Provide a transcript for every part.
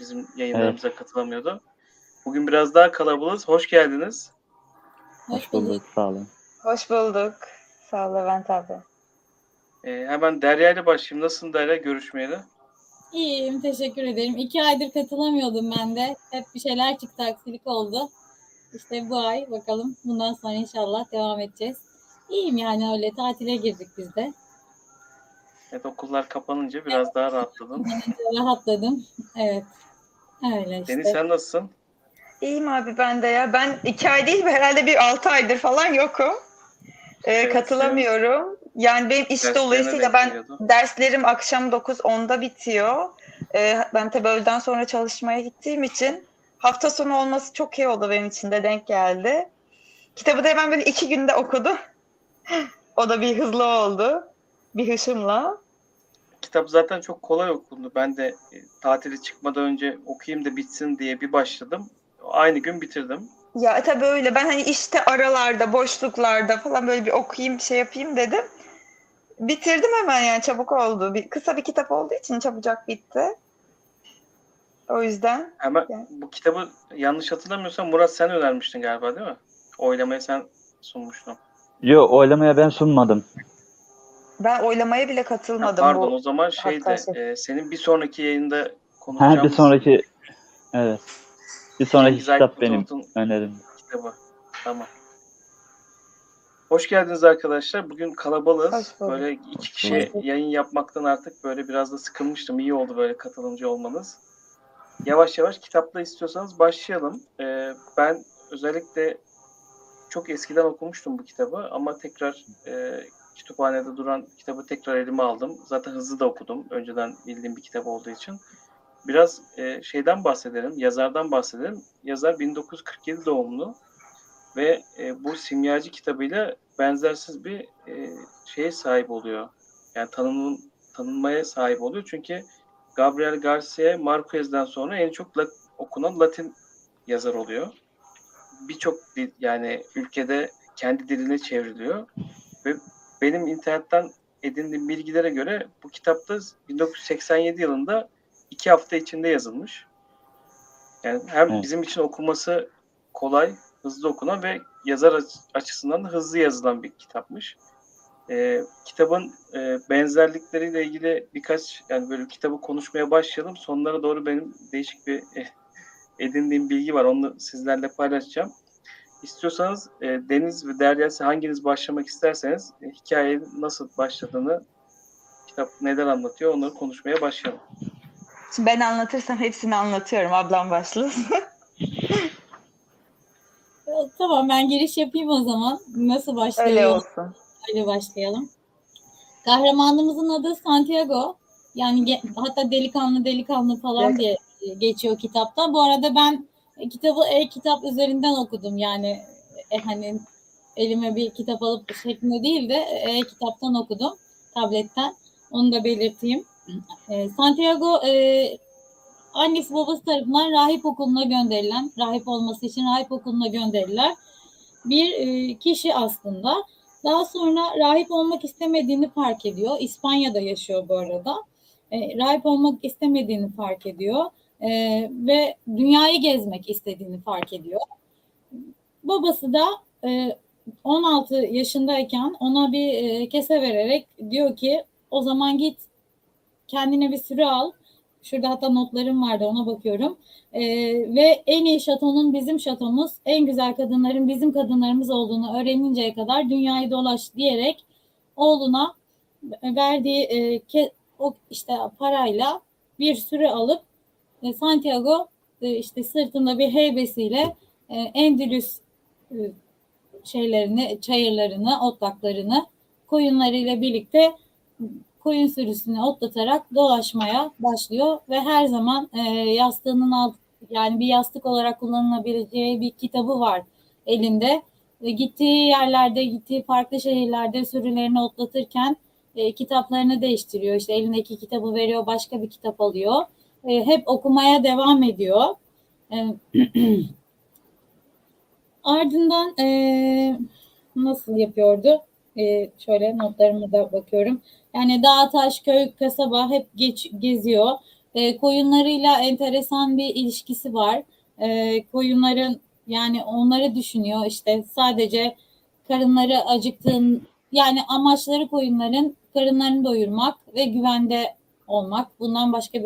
bizim yayınlarımıza katılamıyordu. Bugün biraz daha kalabalığız. Hoş geldiniz. Hoş bulduk. Sağ olun. Hoş bulduk. Sağ ol Levent abi. Hemen Derya ile başlayayım. Nasılsın Derya görüşmeyeli? İyiyim, teşekkür ederim. 2 aydır katılamıyordum ben de. Hep bir şeyler çıktı, aksilik oldu. İşte bu ay bakalım. Bundan sonra inşallah devam edeceğiz. İyiyim yani, öyle tatile girdik biz de. Evet, okullar kapanınca biraz daha rahatladın. Rahatladım. Evet. Öyle işte. Deniz sen nasılsın? İyiyim abi ben de ya. Ben 2 ay değil herhalde bir 6 aydır falan yokum. Katılamıyorum. Yani benim iş dolayısıyla derslerim akşam 9-10'da bitiyor. Ben tabii öğleden sonra çalışmaya gittiğim için hafta sonu olması çok iyi oldu benim için de, denk geldi. Kitabı da hemen böyle 2 günde okudum. O da bir hızlı oldu. Bir hışımla. Kitap zaten çok kolay okundu. Ben de tatile çıkmadan önce okuyayım da bitsin diye bir başladım. Aynı gün bitirdim. Ya tabii öyle. Ben hani işte aralarda, boşluklarda falan böyle bir okuyayım, şey yapayım dedim. Bitirdim hemen, yani çabuk oldu. Kısa bir kitap olduğu için çabucak bitti. O yüzden. Hemen yani. Bu kitabı yanlış hatırlamıyorsam Murat sen önermiştin galiba, değil mi? Oylamaya sen sunmuştun. Yok, oylamaya ben sunmadım. Ben oylamaya bile katılmadım. Pardon, o zaman senin bir sonraki yayında konuşacağımız... Bir sonraki, evet. Bir sonraki kitap benim önerim. Kitabı. Tamam. Hoş geldiniz arkadaşlar. Bugün kalabalığız. Böyle 2 kişi yayın yapmaktan artık böyle biraz da sıkılmıştım. İyi oldu böyle katılımcı olmanız. Yavaş yavaş kitapla istiyorsanız başlayalım. Ben özellikle çok eskiden okumuştum bu kitabı ama tekrar kütüphanede duran kitabı tekrar elime aldım. Zaten hızlı da okudum. Önceden bildiğim bir kitap olduğu için. Biraz şeyden bahsedelim, yazardan bahsedelim. Yazar 1947 doğumlu ve bu Simyacı kitabıyla benzersiz bir şeye sahip oluyor. Yani tanınmaya sahip oluyor. Çünkü Gabriel Garcia Marquez'den sonra en çok okunan Latin yazar oluyor. Birçok yani ülkede kendi diline çevriliyor. Ve benim internetten edindiğim bilgilere göre bu kitapta 1987 yılında 2 hafta içinde yazılmış. Yani hem bizim için okuması kolay, hızlı okunan ve yazar açısından da hızlı yazılan bir kitapmış. Kitabın benzerlikleriyle ilgili birkaç, yani böyle kitabı konuşmaya başlayalım. Sonlara doğru benim değişik bir edindiğim bilgi var. Onu sizlerle paylaşacağım. İstiyorsanız Deniz ve Derya, hanginiz başlamak isterseniz hikayenin nasıl başladığını, kitap neler anlatıyor, onları konuşmaya başlayalım. Şimdi ben anlatırsam hepsini anlatıyorum. Ablam başlasın. Tamam, ben giriş yapayım o zaman. Nasıl başlayalım? Öyle olsun. Öyle başlayalım. Kahramanımızın adı Santiago. Yani hatta delikanlı falan diye geçiyor kitapta. Bu arada ben kitabı e-kitap üzerinden okudum. Yani hani elime bir kitap alıp şeklinde değil de e-kitaptan okudum. Tabletten. Onu da belirteyim. Santiago annesi babası tarafından rahip okuluna gönderilen, rahip olması için rahip okuluna gönderilen bir kişi aslında. Daha sonra rahip olmak istemediğini fark ediyor. İspanya'da yaşıyor bu arada. Rahip olmak istemediğini fark ediyor. Ve dünyayı gezmek istediğini fark ediyor. Babası da 16 yaşındayken ona bir kese vererek diyor ki o zaman git kendine bir sürü al. Şurada hatta notlarım vardı, ona bakıyorum. Ve en iyi şatonun bizim şatomuz, en güzel kadınların bizim kadınlarımız olduğunu öğreninceye kadar dünyayı dolaş diyerek oğluna verdiği o işte parayla bir sürü alıp Santiago işte sırtında bir heybesiyle Endülüs çayırlarını, otlaklarını koyunlarıyla birlikte koyun sürüsünü otlatarak dolaşmaya başlıyor ve her zaman yastığının yani bir yastık olarak kullanılabileceği bir kitabı var elinde. Gittiği yerlerde, gittiği farklı şehirlerde sürülerini otlatırken kitaplarını değiştiriyor. İşte elindeki kitabı veriyor, başka bir kitap alıyor. Hep okumaya devam ediyor. Ardından nasıl yapıyordu? Şöyle notlarıma da bakıyorum. Yani dağ, taş, köy, kasaba hep geziyor. koyunlarıyla enteresan bir ilişkisi var. Koyunların yani onları düşünüyor. İşte sadece karınları acıktığın yani amaçları koyunların karınlarını doyurmak ve güvende olmak. Bundan başka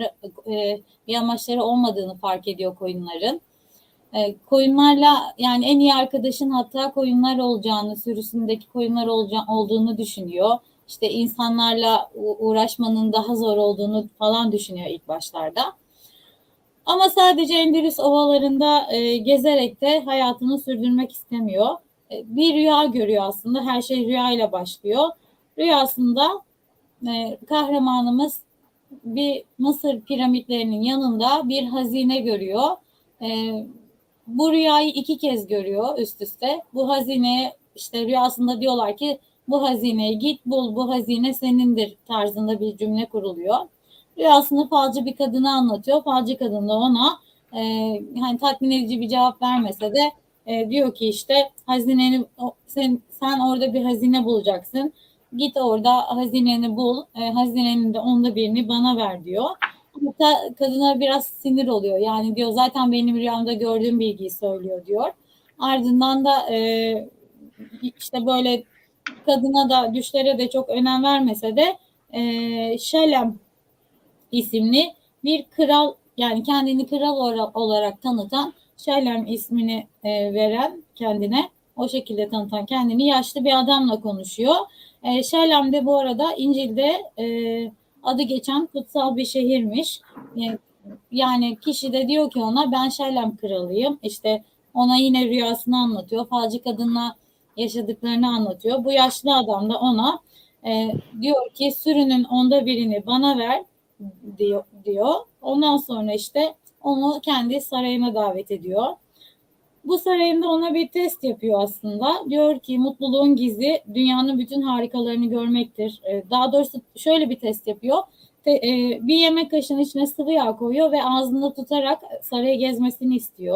bir amaçları olmadığını fark ediyor koyunların. Koyunlarla yani en iyi arkadaşın hatta koyunlar olacağını, sürüsündeki koyunlar olduğunu düşünüyor. İşte insanlarla uğraşmanın daha zor olduğunu falan düşünüyor ilk başlarda. Ama sadece Endülüs ovalarında gezerek de hayatını sürdürmek istemiyor. Bir rüya görüyor aslında. Her şey rüyayla başlıyor. Rüyasında kahramanımız bir Mısır piramitlerinin yanında bir hazine görüyor. Bu rüyayı 2 kez görüyor üst üste. Bu hazineye işte rüyasında diyorlar ki bu hazineyi git bul, bu hazine senindir tarzında bir cümle kuruluyor. Rüyasını falcı bir kadına anlatıyor. Falcı kadın da ona hani tatmin edici bir cevap vermese de diyor ki işte hazineni sen orada bir hazine bulacaksın. Git orada hazineni bul. Hazinenin de 1/10'ını bana ver diyor. Hatta kadına biraz sinir oluyor. Yani diyor zaten benim rüyamda gördüğüm bilgiyi söylüyor diyor. Ardından da işte böyle kadına da düşlere de çok önem vermese de Şelem isimli bir kral yani kendini kral olarak tanıtan Şelem ismini veren kendine o şekilde tanıtan kendini yaşlı bir adamla konuşuyor. Şelem de bu arada İncil'de adı geçen kutsal bir şehirmiş. Yani kişi de diyor ki ona ben Şelem kralıyım. İşte ona yine rüyasını anlatıyor. Falcı kadınla yaşadıklarını anlatıyor. Bu yaşlı adam da ona diyor ki sürünün 1/10'ını bana ver diyor. Ondan sonra işte onu kendi sarayına davet ediyor. Bu sarayında ona bir test yapıyor aslında. Diyor ki mutluluğun gizli dünyanın bütün harikalarını görmektir. Daha doğrusu şöyle bir test yapıyor. Bir yemek kaşığının içine sıvı yağ koyuyor ve ağzında tutarak sarayı gezmesini istiyor.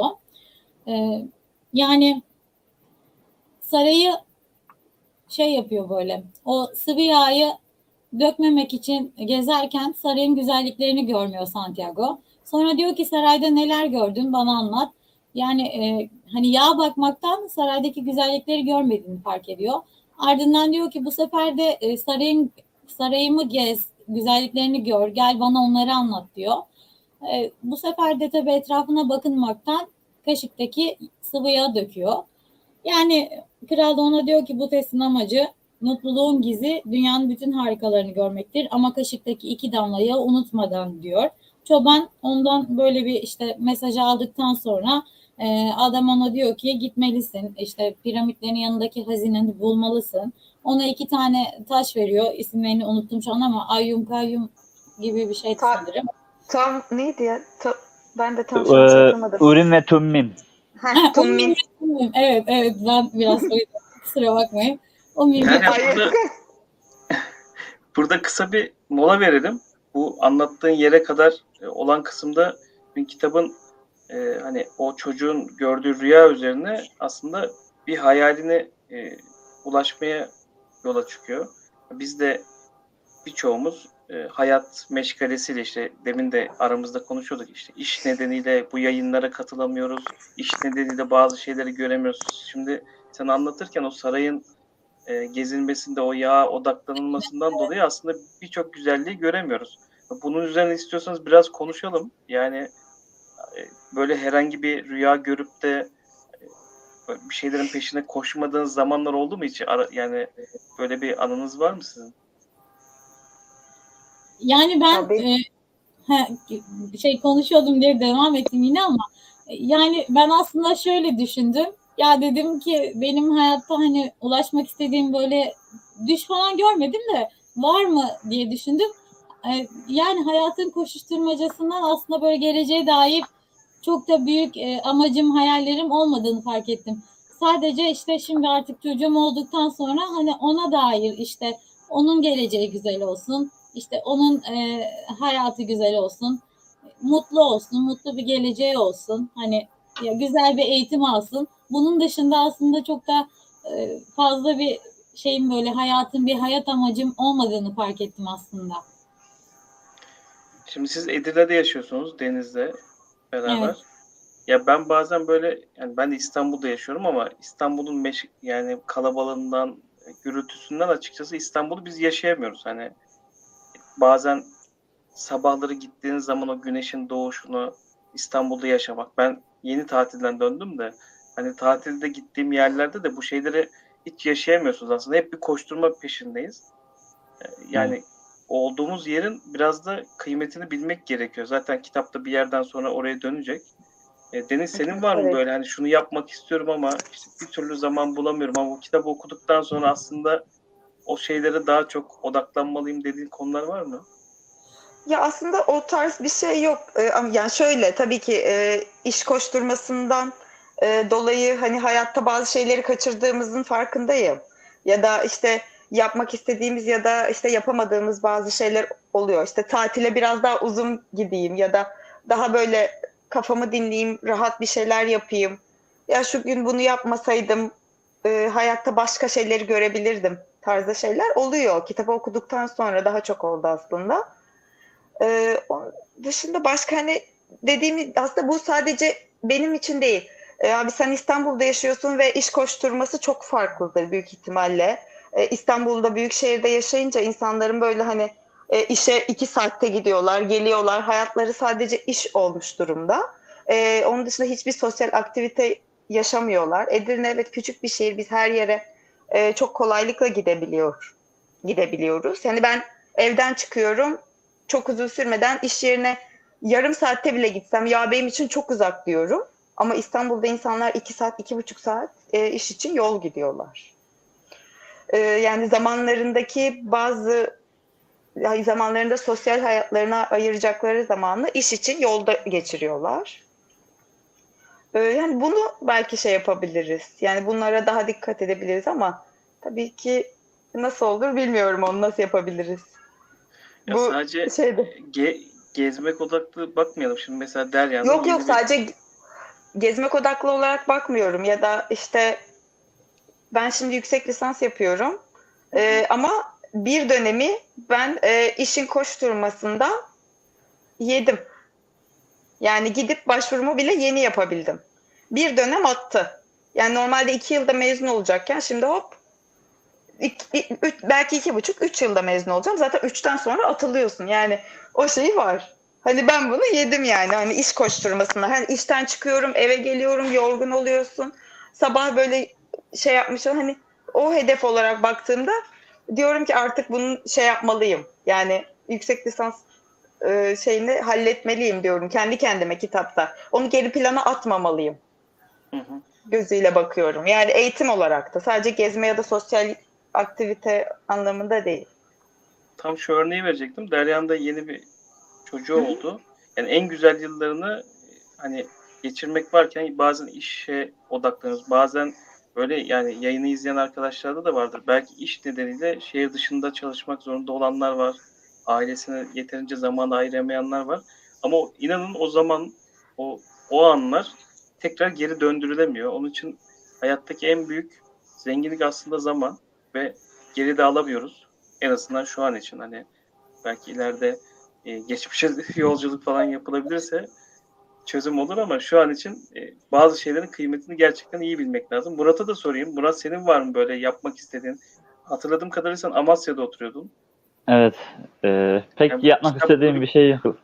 Yani sarayı yapıyor böyle. O sıvı yağı dökmemek için gezerken sarayın güzelliklerini görmüyor Santiago. Sonra diyor ki sarayda neler gördün bana anlat. Yani hani yağ bakmaktan saraydaki güzellikleri görmediğini fark ediyor. Ardından diyor ki bu sefer de sarayımı gez, güzelliklerini gör, gel bana onları anlat diyor. Bu sefer de tabii etrafına bakınmaktan kaşıktaki sıvı yağı döküyor. Yani kral da ona diyor ki bu testin amacı mutluluğun gizi dünyanın bütün harikalarını görmektir ama kaşıktaki 2 damla yağı unutmadan diyor. Çoban ondan böyle bir işte mesajı aldıktan sonra adam ona diyor ki gitmelisin işte piramitlerin yanındaki hazineni bulmalısın. Ona 2 tane taş veriyor isimlerini unuttum şu an ama Ayyum Kayyum gibi bir şey sanırım. Tam neydi ya? Ben de tam şu an hatırlamadım. Urim ve Tummim. Tummim. Evet ben biraz kusura bakmayın. O yani burada kısa bir mola verelim. Bu anlattığın yere kadar olan kısımda kitabın hani o çocuğun gördüğü rüya üzerine aslında bir hayaline ulaşmaya yola çıkıyor. Biz de birçoğumuz hayat meşgalesiyle işte demin de aramızda konuşuyorduk işte iş nedeniyle bu yayınlara katılamıyoruz. İş nedeniyle bazı şeyleri göremiyoruz. Şimdi sen anlatırken o sarayın gezilmesinde o yağa odaklanılmasından dolayı aslında birçok güzelliği göremiyoruz. Bunun üzerine istiyorsanız biraz konuşalım. Yani böyle herhangi bir rüya görüp de bir şeylerin peşine koşmadığınız zamanlar oldu mu hiç? Yani böyle bir anınız var mı sizin? Yani ben konuşuyordum diye devam ettim yine ama yani ben aslında şöyle düşündüm. Ya dedim ki benim hayatta hani ulaşmak istediğim böyle düş falan görmedim de var mı diye düşündüm. Yani hayatın koşuşturmacasından aslında böyle geleceğe dair çok da büyük amacım, hayallerim olmadığını fark ettim. Sadece işte şimdi artık çocuğum olduktan sonra hani ona dair işte onun geleceği güzel olsun. İşte onun hayatı güzel olsun, mutlu olsun, mutlu bir geleceği olsun. Hani ya güzel bir eğitim alsın. Bunun dışında aslında çok da fazla bir hayatın bir hayat amacım olmadığını fark ettim aslında. Şimdi siz Edirne'de yaşıyorsunuz, Deniz'le beraber. Evet. Ya ben bazen böyle, yani ben de İstanbul'da yaşıyorum ama İstanbul'un yani kalabalığından, gürültüsünden açıkçası İstanbul'u biz yaşayamıyoruz. Hani bazen sabahları gittiğiniz zaman o güneşin doğuşunu İstanbul'da yaşamak. Ben yeni tatilden döndüm de hani tatilde gittiğim yerlerde de bu şeyleri hiç yaşayamıyorsunuz aslında. Hep bir koşturma peşindeyiz. Yani olduğumuz yerin biraz da kıymetini bilmek gerekiyor. Zaten kitapta bir yerden sonra oraya dönecek. Deniz, senin var mı Evet. böyle hani şunu yapmak istiyorum ama işte bir türlü zaman bulamıyorum ama bu kitabı okuduktan sonra aslında o şeylere daha çok odaklanmalıyım dediğin konular var mı? Ya aslında o tarz bir şey yok. Ama yani şöyle tabii ki iş koşturmasından dolayı hani hayatta bazı şeyleri kaçırdığımızın farkındayım. Ya da işte yapmak istediğimiz ya da işte yapamadığımız bazı şeyler oluyor. İşte tatile biraz daha uzun gideyim ya da daha böyle kafamı dinleyeyim, rahat bir şeyler yapayım. Ya şu gün bunu yapmasaydım hayatta başka şeyleri görebilirdim tarzda şeyler oluyor. Kitabı okuduktan sonra daha çok oldu aslında. Onun dışında başka hani dediğim aslında bu sadece benim için değil. Abi sen İstanbul'da yaşıyorsun ve iş koşturması çok farklıdır büyük ihtimalle. İstanbul'da büyük şehirde yaşayınca insanların böyle hani işe 2 saatte gidiyorlar, geliyorlar. Hayatları sadece iş olmuş durumda. Onun dışında hiçbir sosyal aktivite yaşamıyorlar. Edirne evet küçük bir şehir. Biz her yere çok kolaylıkla gidebiliyoruz. Yani ben evden çıkıyorum çok uzun sürmeden iş yerine yarım saatte bile gitsem ya benim için çok uzak diyorum. Ama İstanbul'da insanlar 2 saat, 2,5 saat iş için yol gidiyorlar. Yani zamanlarında sosyal hayatlarına ayıracakları zamanı iş için yolda geçiriyorlar. Yani bunu belki şey yapabiliriz. Yani bunlara daha dikkat edebiliriz ama tabii ki nasıl olur bilmiyorum onu nasıl yapabiliriz. Ya Bu sadece şeyde. gezmek odaklı bakmayalım. Şimdi mesela Derya'nın Yok yeni bir... sadece gezmek odaklı olarak bakmıyorum ya da işte ben şimdi yüksek lisans yapıyorum. Ama bir dönemi ben işin koşturmasında yedim. Yani gidip başvurumu bile yeni yapabildim. Bir dönem attı. Yani normalde 2 yılda mezun olacakken şimdi hop belki 2,5-3 yılda mezun olacağım. Zaten 3'ten sonra atılıyorsun. Yani o şey var. Hani ben bunu yedim yani. Hani iş koşturmasına. Hani işten çıkıyorum, eve geliyorum, yorgun oluyorsun. Sabah böyle şey yapmışım. Hani o hedef olarak baktığımda diyorum ki artık bunu şey yapmalıyım. Yani yüksek lisans şeyini halletmeliyim diyorum. Kendi kendime kitapta. Onu geri plana atmamalıyım. Hı hı. Gözüyle bakıyorum. Yani eğitim olarak da sadece gezme ya da sosyal aktivite anlamında değil. Tam şu örneği verecektim. Derya'nın da yeni bir çocuğu oldu. Yani en güzel yıllarını hani geçirmek varken bazen işe odaklanıyoruz. Bazen böyle yani yayını izleyen arkadaşlarda da vardır. Belki iş nedeniyle şehir dışında çalışmak zorunda olanlar var. Ailesine yeterince zaman ayıramayanlar var. Ama inanın o zaman o anlar tekrar geri döndürülemiyor. Onun için hayattaki en büyük zenginlik aslında zaman ve geri de alamıyoruz. En azından şu an için hani belki ileride geçmişe yolculuk falan yapılabilirse çözüm olur ama şu an için bazı şeylerin kıymetini gerçekten iyi bilmek lazım. Murat'a da sorayım. Murat, senin var mı böyle yapmak istediğin? Hatırladığım kadarıyla sen Amasya'da oturuyordun. Evet. Pek Yani bu yapmak istediğim bir şey yok.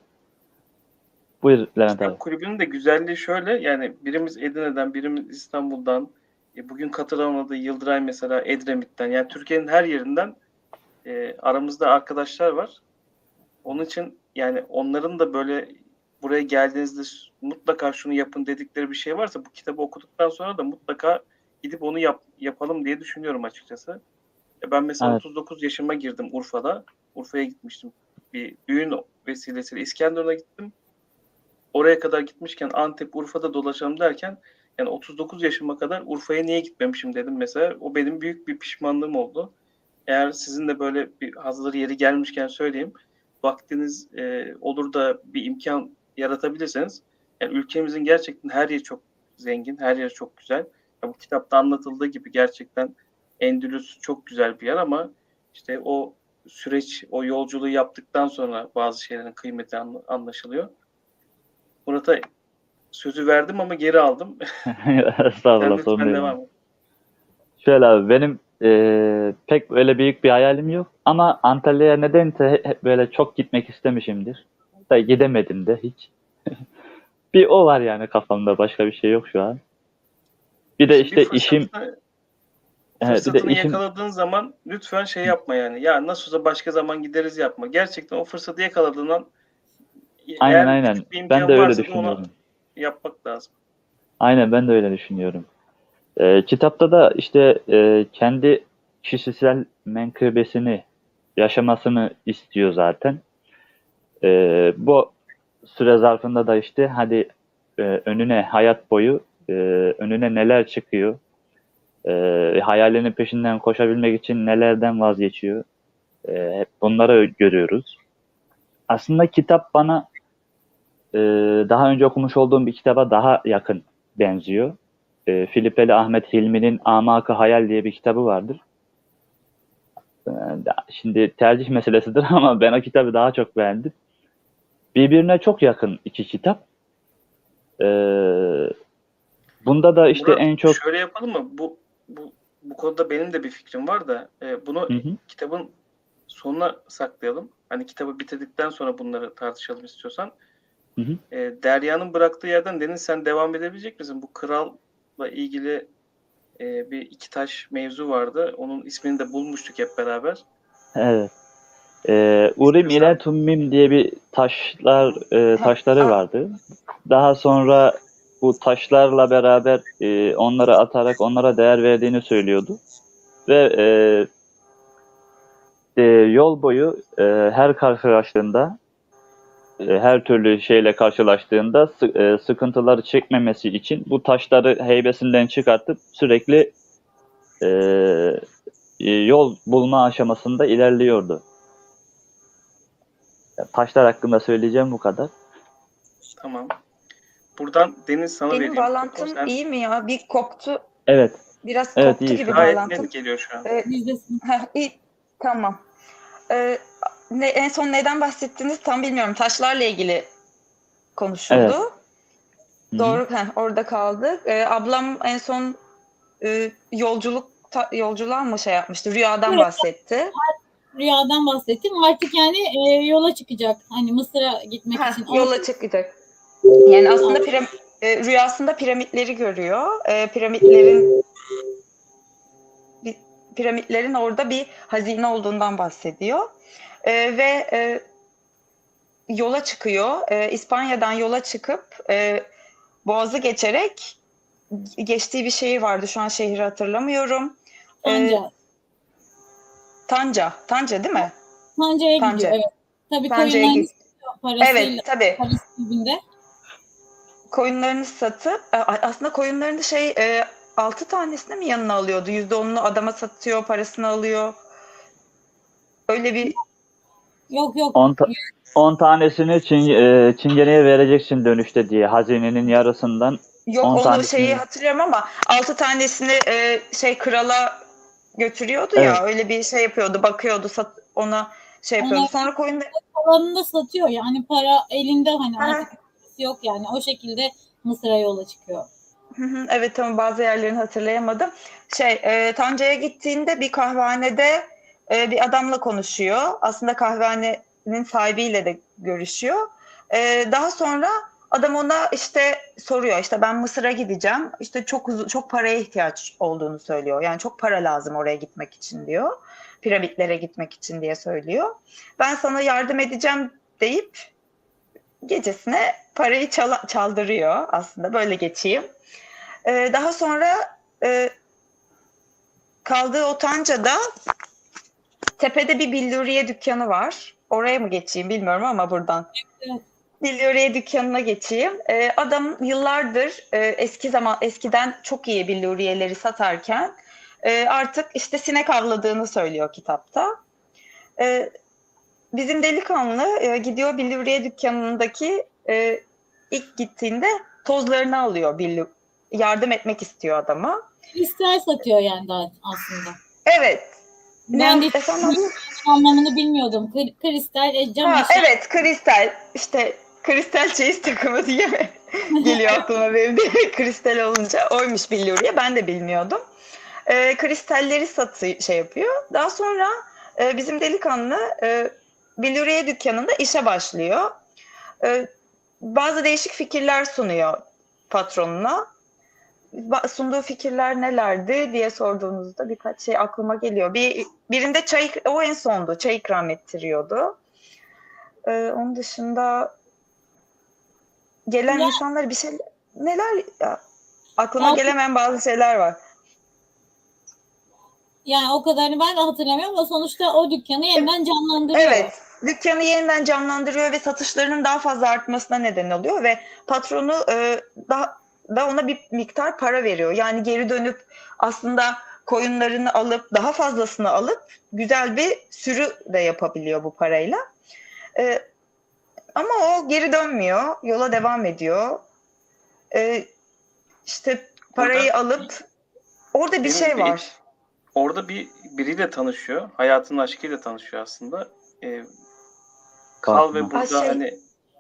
Buyur Levent abi. kitap kulübünün de güzelliği şöyle, yani birimiz Edirne'den, birimiz İstanbul'dan, bugün katılamadığı Yıldıray mesela Edremit'ten, yani Türkiye'nin her yerinden aramızda arkadaşlar var. Onun için yani onların da böyle buraya geldiğinizde mutlaka şunu yapın dedikleri bir şey varsa bu kitabı okuduktan sonra da mutlaka gidip onu yapalım diye düşünüyorum açıkçası. Ben mesela Evet. 39 yaşıma girdim Urfa'da. Urfa'ya gitmiştim. Bir düğün vesilesiyle İskenderun'a gittim. Oraya kadar gitmişken Antep, Urfa'da dolaşalım derken yani 39 yaşıma kadar Urfa'ya niye gitmemişim dedim mesela. O benim büyük bir pişmanlığım oldu. Eğer sizin de böyle bir hazır yeri gelmişken söyleyeyim. Vaktiniz olur da bir imkan yaratabilirseniz, yani ülkemizin gerçekten her yeri çok zengin, her yeri çok güzel. Ya bu kitapta anlatıldığı gibi gerçekten Endülüs çok güzel bir yer ama işte o süreç, o yolculuğu yaptıktan sonra bazı şeylerin kıymeti anlaşılıyor. Murat'a sözü verdim ama geri aldım. Estağfurullah, Sen sorun lütfen değil. devam et. Şöyle abi, benim pek öyle büyük bir hayalim yok. Ama Antalya'ya nedense hep böyle çok gitmek istemişimdir. Da gidemedim de hiç. Bir o var yani kafamda, başka bir şey yok şu an. Bir de işte işim, bir de fırsatını işim, yakaladığın zaman lütfen şey yapma yani. Ya nasıl olsa başka zaman gideriz yapma. Gerçekten o fırsatı yakaladığından eğer aynen. küçük bir Ben de imkan öyle varsa da onu düşünüyorum. yapmak lazım. Aynen, ben de öyle düşünüyorum. Kitapta da işte kendi kişisel menkıbesini yaşamasını istiyor zaten. Bu süre zarfında da işte hadi önüne hayat boyu önüne neler çıkıyor, hayalinin peşinden koşabilmek için nelerden vazgeçiyor, hep bunları görüyoruz. Aslında kitap bana daha önce okumuş olduğum bir kitaba daha yakın benziyor. Filipeli Ahmet Hilmi'nin Amak-ı Hayal diye bir kitabı vardır. Şimdi tercih meselesidir ama ben o kitabı daha çok beğendim. Birbirine çok yakın iki kitap. Bunda da işte Murat, en çok... şöyle yapalım mı? Bu konuda benim de bir fikrim var da bunu kitabın sonuna saklayalım. Hani kitabı bitirdikten sonra bunları tartışalım istiyorsan. Derya'nın bıraktığı yerden Deniz, sen devam edebilecek misin? Bu kralla ilgili bir iki taş mevzu vardı. Onun ismini de bulmuştuk hep beraber. Evet. Urim ile Tummim diye bir taşları vardı. Daha sonra bu taşlarla beraber onları atarak onlara değer verdiğini söylüyordu. Ve yol boyu her karşılaştığında, her türlü şeyle karşılaştığında sıkıntıları çekmemesi için bu taşları heybesinden çıkartıp sürekli yol bulma aşamasında ilerliyordu. Taşlar hakkında söyleyeceğim bu kadar. Tamam. Buradan Deniz sana vereyim. Benim bağlantım iyi mi ya? Bir koptu. Evet. Biraz evet, koptu iyi gibi gayet bağlantım. net geliyor şu an. İyi. Tamam. En son neden bahsettiniz tam bilmiyorum. Taşlarla ilgili konuşuldu. Evet. Doğru. Orada kaldık. Ablam en son yolculuğa mı şey yapmıştı? Rüyadan bahsetti. Rüyadan bahsettim. Artık yani yola çıkacak. Hani Mısır'a gitmek için. Yola çıkacak. Yani aslında rüyasında piramitleri görüyor. Piramitlerin orada bir hazine olduğundan bahsediyor. Ve yola çıkıyor. İspanya'dan yola çıkıp Boğaz'ı geçerek geçtiği bir şehir vardı. Şu an şehri hatırlamıyorum. Tanca değil mi? Tanca'ya gidiyor. Evet. Tabii koyunlarını parasıyla. Evet, tabii. Parasıyla. Koyunlarını satıp aslında koyunlarını 6 tanesini mi yanına alıyordu? %10'unu adama satıyor, parasını alıyor. Öyle bir... Yok. 10 tanesini Çingene'ye vereceksin dönüşte diye, hazinenin yarısından. Yok, onu hatırlıyorum ama 6 tanesini krala götürüyordu ya, evet. Öyle bir şey yapıyordu, bakıyordu, ona yapıyordu. Sonra kalanını da satıyor yani, para elinde, hani artık yok yani, o şekilde Mısır'a yola çıkıyor. Evet, tamam, bazı yerlerini hatırlayamadım. Tanca'ya gittiğinde bir kahvehanede bir adamla konuşuyor. Aslında kahvehanenin sahibiyle de görüşüyor. Daha sonra adam ona soruyor, ben Mısır'a gideceğim. Çok paraya ihtiyaç olduğunu söylüyor. Yani çok para lazım oraya gitmek için diyor. Piramitlere gitmek için diye söylüyor. Ben sana yardım edeceğim deyip gecesine parayı çaldırıyor aslında. Böyle geçeyim. Daha sonra kaldığı o Tanca'da tepede bir billuriye dükkanı var. Oraya mı geçeyim bilmiyorum ama buradan. Evet. Billuriye dükkanına geçeyim. Adam yıllardır eskiden çok iyi billuriyeleri satarken artık sinek avladığını söylüyor kitapta. Bizim delikanlı gidiyor billuriye dükkanındaki ilk gittiğinde tozlarını alıyor. Yardım etmek istiyor adama. İster satıyor yani daha aslında. Evet. Ben de anlamını bilmiyordum. Kristal, cam eşya. Evet, kristal. İşte kristal çeyiz takımı diye mi geliyor aklıma benim de kristal olunca. Oymuş billuriye. Ben de bilmiyordum. Kristalleri şey yapıyor. Daha sonra bizim delikanlı billuriye dükkanında işe başlıyor. Bazı değişik fikirler sunuyor patronuna. Sunduğu fikirler nelerdi diye sorduğunuzda birkaç şey aklıma geliyor. Birinde o en sondu. Çay ikram ettiriyordu. Onun dışında gelen insanlar bir şey neler aklıma gelemeyen bazı şeyler var. Yani o kadarını ben de hatırlamıyorum ama sonuçta o dükkanı yeniden canlandırıyor. Evet. Dükkanı yeniden canlandırıyor ve satışlarının daha fazla artmasına neden oluyor ve patronu da ona bir miktar para veriyor. Yani geri dönüp aslında koyunlarını alıp daha fazlasını alıp güzel bir sürü de yapabiliyor bu parayla. Ama o geri dönmüyor. Yola devam ediyor. İşte parayı alıp orada bir şey var. Orada biriyle tanışıyor. Hayatının aşkıyla tanışıyor aslında. Kal ve burada hani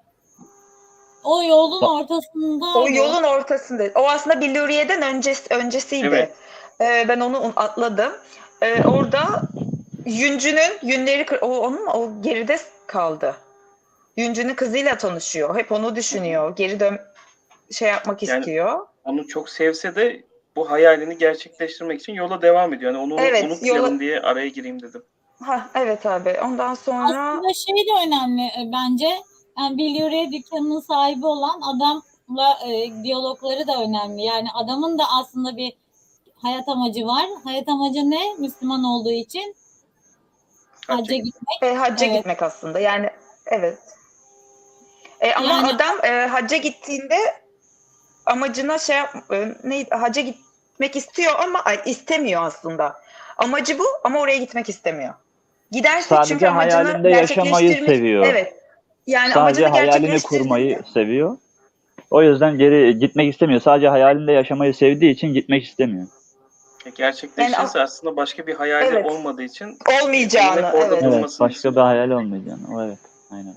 o yolun ortasında. O yolun ortasında. O aslında billuriye'den öncesiydi. Evet. Ben onu atladım. Orada yüncünün yünleri o geride kaldı. Yüncünün kızıyla tanışıyor. Hep onu düşünüyor. Geri yapmak istiyor. Onu çok sevse de bu hayalini gerçekleştirmek için yola devam ediyor. Yani onu unutmayalım diye araya gireyim dedim. Evet abi. Ondan sonra aslında şey de önemli bence. Yani billuriye dükkanının sahibi olan adamla diyalogları da önemli. Yani adamın da aslında bir hayat amacı var. Hayat amacı ne? Müslüman olduğu için hacca gitmek. Hacca gitmek aslında. Yani evet. Ama adam hacca gittiğinde amacına hacca gitmek istiyor ama istemiyor aslında. Amacı bu ama oraya gitmek istemiyor. Giderse sadece çünkü amacını hayalinde yaşamayı seviyor. Evet. Yani sadece hayalini kurmayı seviyor. O yüzden geri gitmek istemiyor. Sadece hayalinde yaşamayı sevdiği için gitmek istemiyor. Gerçekleşirse aslında başka bir hayali olmadığı için olmayacağını. Evet, başka bir hayali olmayacağını. Evet. Aynen.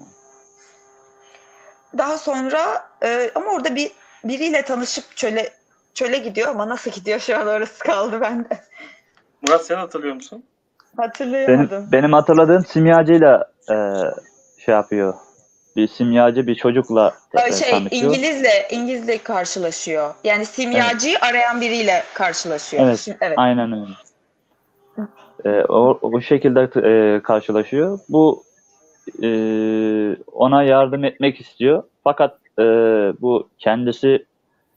Daha sonra ama orada biriyle tanışıp çöle gidiyor ama nasıl gidiyor şu an orası kaldı bende. Murat sen hatırlıyor musun? Hatırlayamadım. Benim hatırladığım simyacıyla şey yapıyor. Bir simyacı bir çocukla tanışıyor. İngilizle karşılaşıyor. Yani simyacıyı arayan biriyle karşılaşıyor. Evet. Aynen öyle. O şekilde karşılaşıyor. Bu ona yardım etmek istiyor. Fakat bu kendisi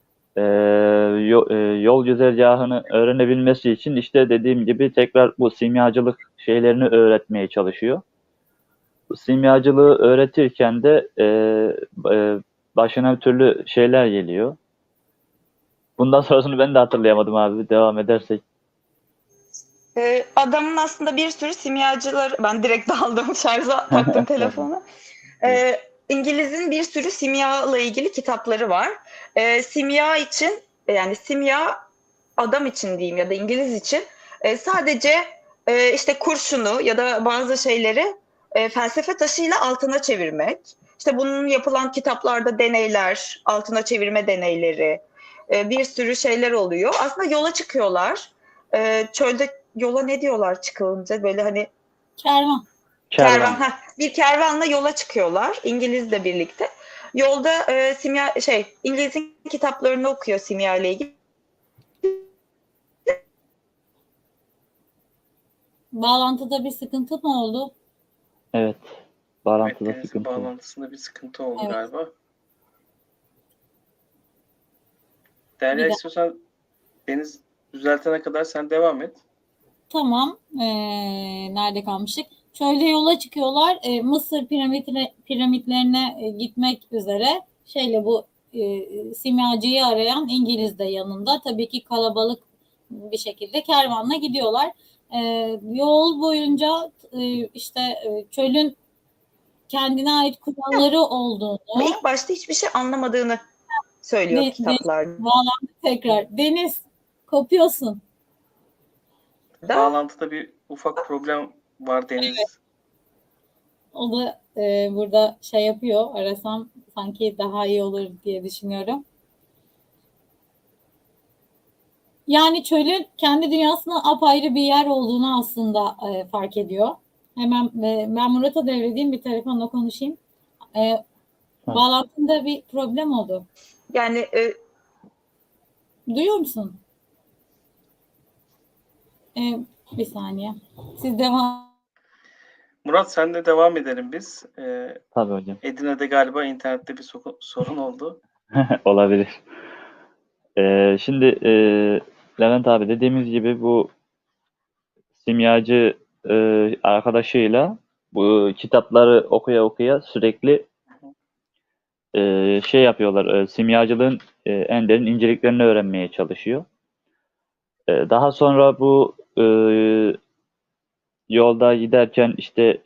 yol güzergahını öğrenebilmesi için işte dediğim gibi tekrar bu simyacılık şeylerini öğretmeye çalışıyor. Bu simyacılığı öğretirken de başına bir türlü şeyler geliyor. Bundan sonrasını ben de hatırlayamadım abi. Devam edersek. Adamın aslında bir sürü simyacılar, ben direkt daldım şarja taktım telefonu. İngiliz'in bir sürü simyayla ilgili kitapları var. Simya için yani simya adam için diyeyim ya da İngiliz için sadece işte kurşunu ya da bazı şeyleri felsefe taşıyla altına çevirmek. İşte bunun yapılan kitaplarda deneyler, altına çevirme deneyleri, bir sürü şeyler oluyor. Aslında yola çıkıyorlar. Çölde yola ne diyorlar çıkılınca böyle hani kervan. Bir kervanla yola çıkıyorlar İngilizle birlikte. Yolda İngiliz'in kitaplarını okuyor simya ile ilgili. Bağlantıda bir sıkıntı mı oldu? Evet. Sıkıntı oldu. Bağlantısında bir sıkıntı oldu galiba. Derya istiyorsan Deniz düzeltene kadar sen devam et. Tamam. Nerede kalmıştık? Şöyle yola çıkıyorlar. Mısır piramitlerine gitmek üzere. Bu simyacıyı arayan İngiliz de yanında. Tabii ki kalabalık bir şekilde kervanla gidiyorlar. Yol boyunca çölün kendine ait kuralları olduğunu. İlk başta hiçbir şey anlamadığını söylüyor kitaplarda. Bağlantı tekrar. Deniz, kopuyorsun. Bağlantıda bir ufak problem var Deniz. Evet. O da burada şey yapıyor. Arasam sanki daha iyi olur diye düşünüyorum. Yani çölün kendi dünyasına apayrı bir yer olduğunu aslında fark ediyor. Hemen ben Murat'a devredeyim, bir telefonla konuşayım. Bağlantında bir problem oldu. Yani duyuyor musun? Bir saniye. Siz devam. Murat senle devam edelim biz. Tabii hocam. Edirne'de galiba internette bir sorun oldu. Olabilir. Şimdi Levent abi dediğimiz gibi bu simyacı arkadaşıyla bu kitapları okuya sürekli şey yapıyorlar. Simyacılığın en derin inceliklerini öğrenmeye çalışıyor. Daha sonra bu yolda giderken işte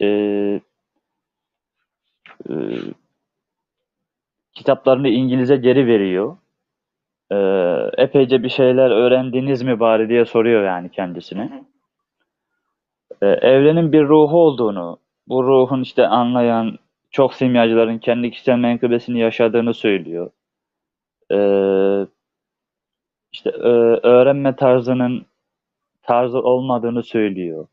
kitaplarını İngilizce geri veriyor. Epeyce bir şeyler öğrendiniz mi bari diye soruyor yani kendisine. Evrenin bir ruhu olduğunu, bu ruhun işte anlayan çok simyacıların kendi kişisel menkıbesini yaşadığını söylüyor. İşte öğrenme tarzı olmadığını söylüyor.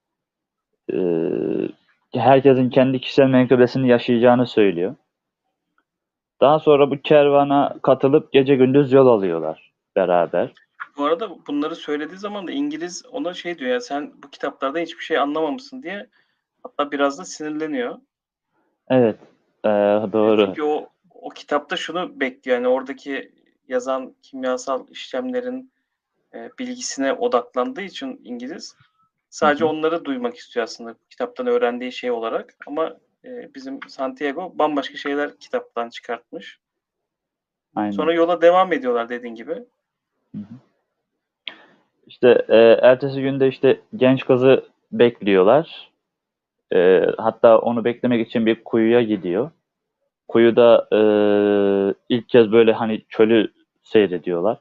Herkesin kendi kişisel menkıbesini yaşayacağını söylüyor. Daha sonra bu kervana katılıp gece gündüz yol alıyorlar beraber. Bu arada bunları söylediği zaman da İngiliz ona şey diyor ya, sen bu kitaplardan hiçbir şey anlamamışsın diye, hatta biraz da sinirleniyor. Evet, doğru. Çünkü o kitapta şunu bekliyor, yani oradaki yazan kimyasal işlemlerin bilgisine odaklandığı için İngiliz sadece onları duymak istiyor aslında kitaptan öğrendiği şey olarak, ama bizim Santiago bambaşka şeyler kitaptan çıkartmış. Aynen. Sonra yola devam ediyorlar dediğin gibi. Hı hı. İşte ertesi günde işte genç kızı bekliyorlar. Hatta onu beklemek için bir kuyuya gidiyor. Kuyuda ilk kez böyle hani çölü seyrediyorlar.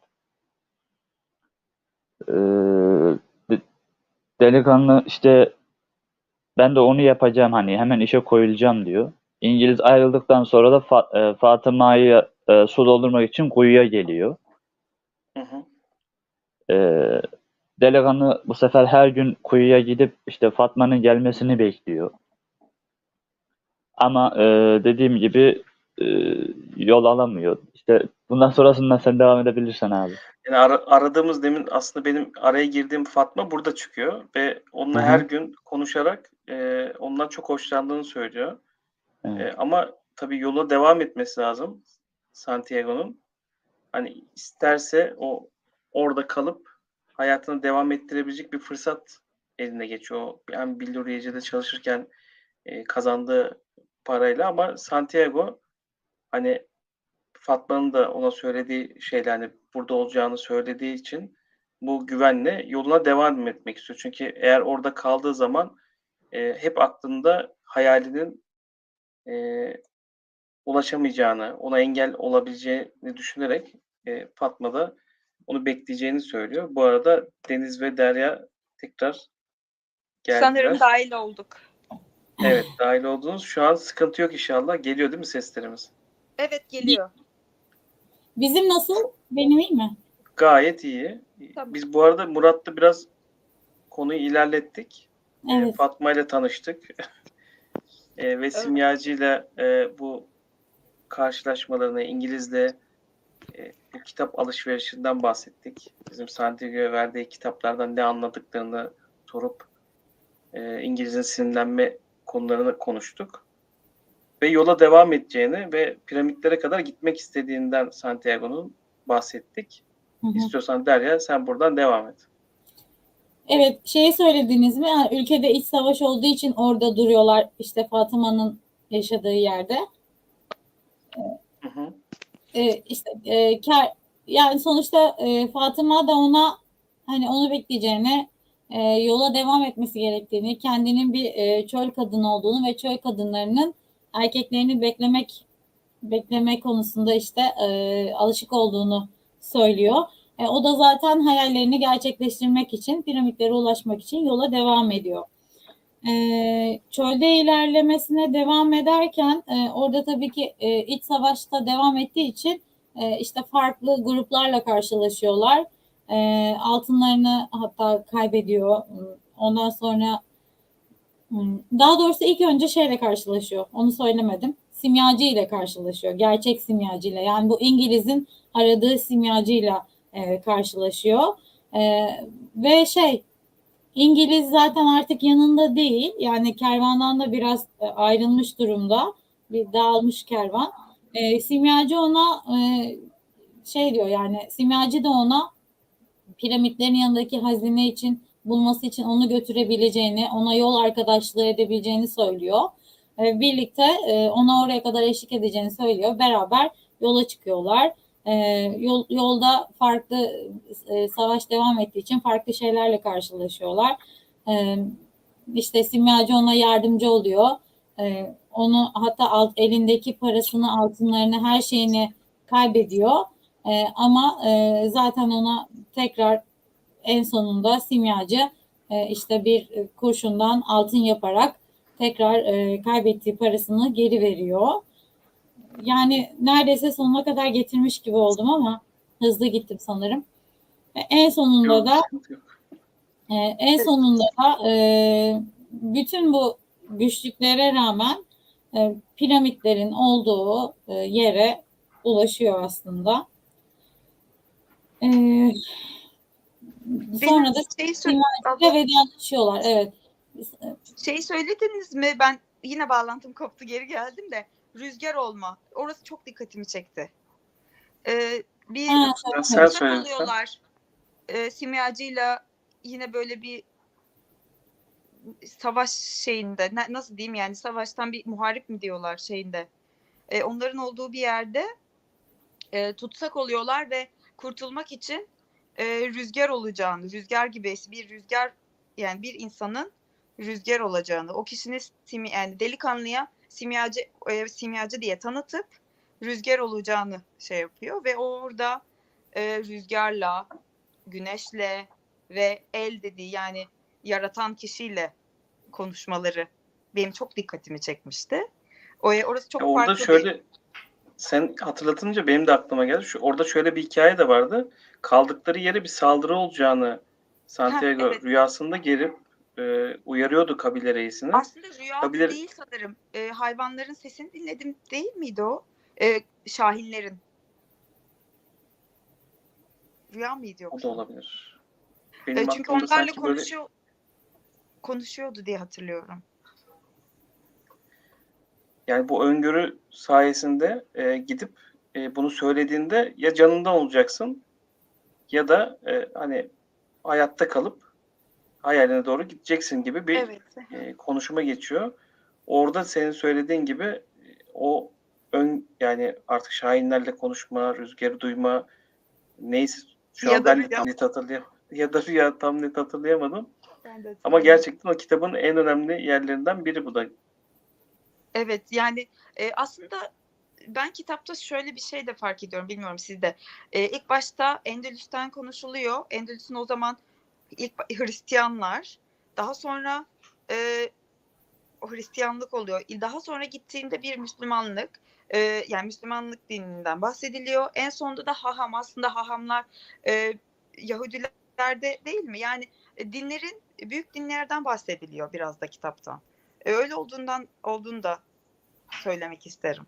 Delikanlı işte ben de onu yapacağım, hani hemen işe koyulacağım diyor. İngiliz ayrıldıktan sonra da Fatıma'yı su doldurmak için kuyuya geliyor. Hı hı. Delikanlı bu sefer her gün kuyuya gidip işte Fatma'nın gelmesini bekliyor. Ama dediğim gibi yol alamıyor. İşte bundan sonrasından sen devam edebilirsen abi. Yani aradığımız, demin aslında benim araya girdiğim Fatma burada çıkıyor ve onunla her gün konuşarak ondan çok hoşlandığını söylüyor. Evet. Ama tabii yola devam etmesi lazım Santiago'nun. Hani isterse o orada kalıp hayatını devam ettirebilecek bir fırsat eline geçiyor. Yani Billuriyeci'de çalışırken kazandığı parayla, ama Santiago hani Fatma'nın da ona söylediği şeyler, hani burada olacağını söylediği için bu güvenle yoluna devam etmek istiyor. Çünkü eğer orada kaldığı zaman hep aklında hayalinin ulaşamayacağını, ona engel olabileceğini düşünerek Fatma da onu bekleyeceğini söylüyor. Bu arada Deniz ve Derya tekrar geldiler. Sanırım dahil olduk. Evet, dahil oldunuz. Şu an sıkıntı yok inşallah. Geliyor değil mi seslerimiz? Evet, geliyor. Bizim nasıl? Benim iyi mi? Gayet iyi. Tamam. Biz bu arada Murat'la biraz konuyu ilerlettik. Evet. Fatma ile tanıştık. Ve simyacı ile bu karşılaşmalarını, İngiliz'de bu kitap alışverişinden bahsettik. Bizim Santiago'ya verdiği kitaplardan ne anladıklarını sorup İngiliz'in sinirlenme konularını konuştuk. Ve yola devam edeceğini ve piramitlere kadar gitmek istediğinden Santiago'nun bahsettik. Hı hı. İstiyorsan Derya sen buradan devam et. Evet, şeyi söylediniz mi? Yani ülkede iç savaş olduğu için orada duruyorlar, işte Fatıma'nın yaşadığı yerde. Hı hı. İşte yani sonuçta Fatıma da ona hani onu bekleyeceğine yola devam etmesi gerektiğini, kendinin bir çöl kadını olduğunu ve çöl kadınlarının erkeklerini bekleme konusunda işte alışık olduğunu söylüyor. O da zaten hayallerini gerçekleştirmek için, piramitlere ulaşmak için yola devam ediyor. Çölde ilerlemesine devam ederken orada tabii ki iç savaşta devam ettiği için işte farklı gruplarla karşılaşıyorlar. Altınlarını hatta kaybediyor. Ondan sonra daha doğrusu ilk önce şeyle karşılaşıyor. Onu söylemedim. Simyacı ile karşılaşıyor. Gerçek simyacı ile. Yani bu İngiliz'in aradığı simyacıyla karşılaşıyor. Ve İngiliz zaten artık yanında değil. Yani kervandan da biraz ayrılmış durumda. Bir dağılmış kervan. Simyacı ona diyor, yani simyacı da ona piramitlerin yanındaki hazine için, bulması için onu götürebileceğini, ona yol arkadaşlığı edebileceğini söylüyor. Birlikte ona oraya kadar eşlik edeceğini söylüyor. Beraber yola çıkıyorlar. Yolda farklı savaş devam ettiği için farklı şeylerle karşılaşıyorlar. İşte simyacı ona yardımcı oluyor. Onu hatta elindeki parasını, altınlarını, her şeyini kaybediyor. Ama zaten ona tekrar en sonunda simyacı işte bir kurşundan altın yaparak tekrar kaybettiği parasını geri veriyor. Yani neredeyse sonuna kadar getirmiş gibi oldum ama hızlı gittim sanırım. En sonunda da bütün bu güçlüklere rağmen piramitlerin olduğu yere ulaşıyor aslında. Sonra da vedalaşıyorlar. Evet. Söylediniz mi? Ben yine bağlantım koptu, geri geldim de. Rüzgar olma. Orası çok dikkatimi çekti. Sen söyle. Oluyorlar. Simyacıyla yine böyle bir savaş şeyinde, nasıl diyeyim, yani savaştan bir muharip mi diyorlar şeyinde. Onların olduğu bir yerde tutsak oluyorlar ve kurtulmak için rüzgar olacağını, rüzgar gibi bir rüzgar, yani bir insanın rüzgar olacağını, o kişinin yani delikanlıya simyacı diye tanıtıp rüzgar olacağını yapıyor ve orada rüzgarla, güneşle ve el dediği, yani yaratan kişiyle konuşmaları benim çok dikkatimi çekmişti. Orası çok orada farklı şöyle, sen hatırlatınca benim de aklıma geldi. Orada şöyle bir hikaye de vardı. Kaldıkları yere bir saldırı olacağını Santiago rüyasında gelip uyarıyordu kabile reisini. Aslında rüya değil sanırım. Hayvanların sesini dinledim değil miydi o? Şahinlerin. Rüya mıydı yoksa? O da olabilir. Benim çünkü onlarla konuşuyordu diye hatırlıyorum. Yani bu öngörü sayesinde gidip bunu söylediğinde ya canından olacaksın ya da hani hayatta kalıp hayaline doğru gideceksin gibi bir konuşma geçiyor. Orada senin söylediğin gibi o yani artık şahinlerle konuşma, rüzgarı duyma, neyse şu an ben de tam net hatırlayamadım. Ama gerçekten o kitabın en önemli yerlerinden biri bu da. Evet, yani aslında ben kitapta şöyle bir şey de fark ediyorum, bilmiyorum sizde. İlk başta Endülüs'ten konuşuluyor. Endülüs'ün o zaman ilk Hristiyanlar, daha sonra o Hristiyanlık oluyor. Daha sonra gittiğinde bir Müslümanlık, yani Müslümanlık dininden bahsediliyor. En sonunda da haham, aslında hahamlar Yahudilerde değil mi? Yani dinlerin, büyük dinlerden bahsediliyor biraz da kitaptan. Öyle olduğunu da söylemek isterim.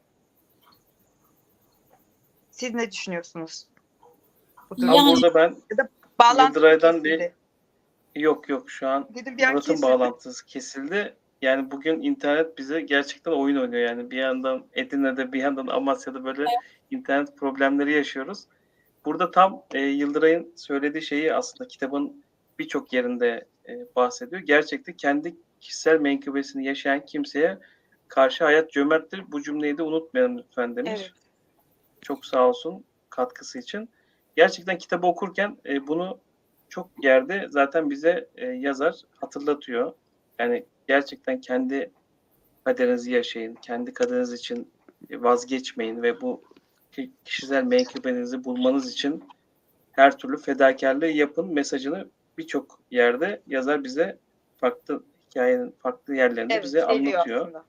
Siz ne düşünüyorsunuz? Burada ben Yıldıray'dan değil. Yok şu an Murat'ın bağlantısı kesildi. Yani bugün internet bize gerçekten oyun oynuyor. Yani bir yandan Edirne'de, bir yandan Amasya'da böyle internet problemleri yaşıyoruz. Burada tam Yıldıray'ın söylediği şeyi aslında kitabın birçok yerinde bahsediyor. Gerçekten kendi kişisel menkıbesini yaşayan kimseye karşı hayat cömerttir. Bu cümleyi de unutmayalım lütfen demiş. Evet. Çok sağ olsun katkısı için. Gerçekten kitabı okurken bunu çok yerde zaten bize yazar hatırlatıyor. Yani gerçekten kendi kaderinizi yaşayın, kendi kaderiniz için vazgeçmeyin ve bu kişisel menkıbenizi bulmanız için her türlü fedakarlığı yapın mesajını birçok yerde yazar bize, farklı hikayenin farklı yerlerinde Evet, bize seviyor anlatıyor. aslında.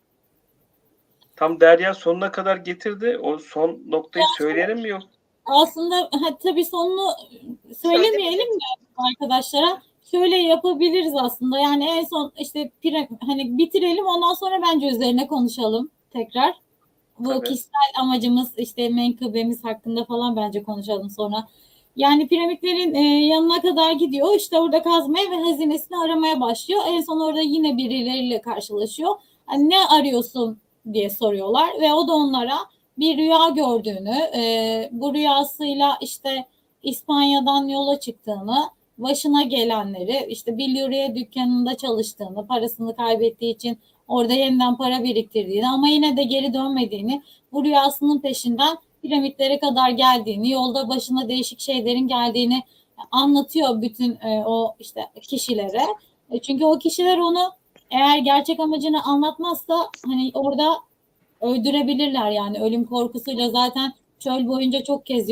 Tam Derya sonuna kadar getirdi. O son noktayı söyleyelim mi yok? Aslında tabii sonunu söylemeyelim de arkadaşlara. Şöyle yapabiliriz aslında. Yani en son işte hani bitirelim, ondan sonra bence üzerine konuşalım tekrar. Bu Tabii. kişisel amacımız, işte menkıbemiz hakkında falan bence konuşalım sonra. Yani piramitlerin yanına kadar gidiyor. İşte orada kazmaya ve hazinesini aramaya başlıyor. En son orada yine birileriyle karşılaşıyor. Yani ne arıyorsun diye soruyorlar ve o da onlara bir rüya gördüğünü, bu rüyasıyla işte İspanya'dan yola çıktığını, başına gelenleri, işte Billuriye dükkanında çalıştığını, parasını kaybettiği için orada yeniden para biriktirdiğini ama yine de geri dönmediğini, bu rüyasının peşinden piramitlere kadar geldiğini, yolda başına değişik şeylerin geldiğini anlatıyor bütün o işte kişilere. Çünkü o kişiler onu eğer gerçek amacını anlatmazsa hani orada öldürebilirler, yani ölüm korkusuyla zaten çöl boyunca çok kez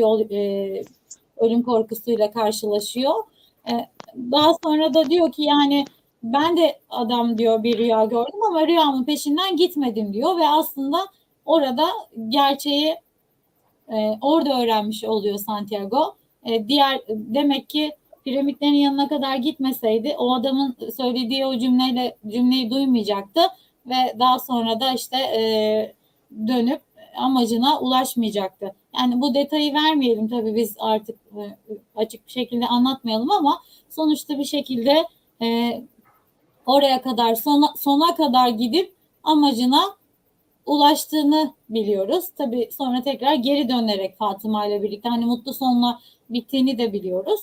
ölüm korkusuyla karşılaşıyor. Daha sonra da diyor ki yani ben de adam diyor bir rüya gördüm ama rüyamın peşinden gitmedim diyor ve aslında orada gerçeği orada öğrenmiş oluyor Santiago. Demek ki piramitlerin yanına kadar gitmeseydi o adamın söylediği o cümleyi duymayacaktı ve daha sonra da işte dönüp amacına ulaşmayacaktı. Yani bu detayı vermeyelim tabii, biz artık açık bir şekilde anlatmayalım ama sonuçta bir şekilde oraya kadar sona kadar gidip amacına ulaştığını biliyoruz. Tabii sonra tekrar geri dönerek Fatıma ile birlikte hani mutlu sonla bittiğini de biliyoruz.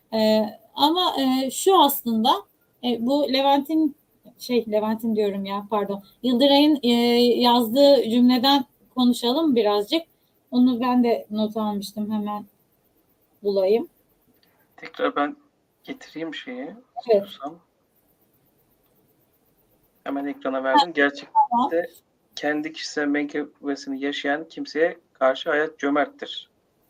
Ama şu aslında bu Levent'in diyorum ya, pardon. Yıldıray'ın yazdığı cümleden konuşalım birazcık. Onu ben de not almıştım, hemen bulayım. Tekrar ben getireyim şeyi. Evet. İstiyorsam. Hemen ekrana verdim. Gerçekte kendi kişisel menkıbesini yaşayan kimseye karşı hayat cömerttir.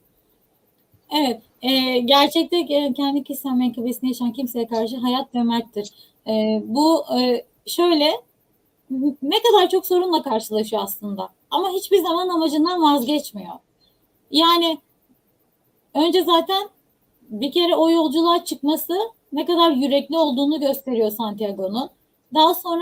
Evet, gerçekte kendi kişisel menkıbesini yaşayan kimseye karşı hayat cömerttir. Bu şöyle, ne kadar çok sorunla karşılaşıyor aslında ama hiçbir zaman amacından vazgeçmiyor. Yani önce zaten bir kere o yolculuğa çıkması ne kadar yürekli olduğunu gösteriyor Santiago'nun. Daha sonra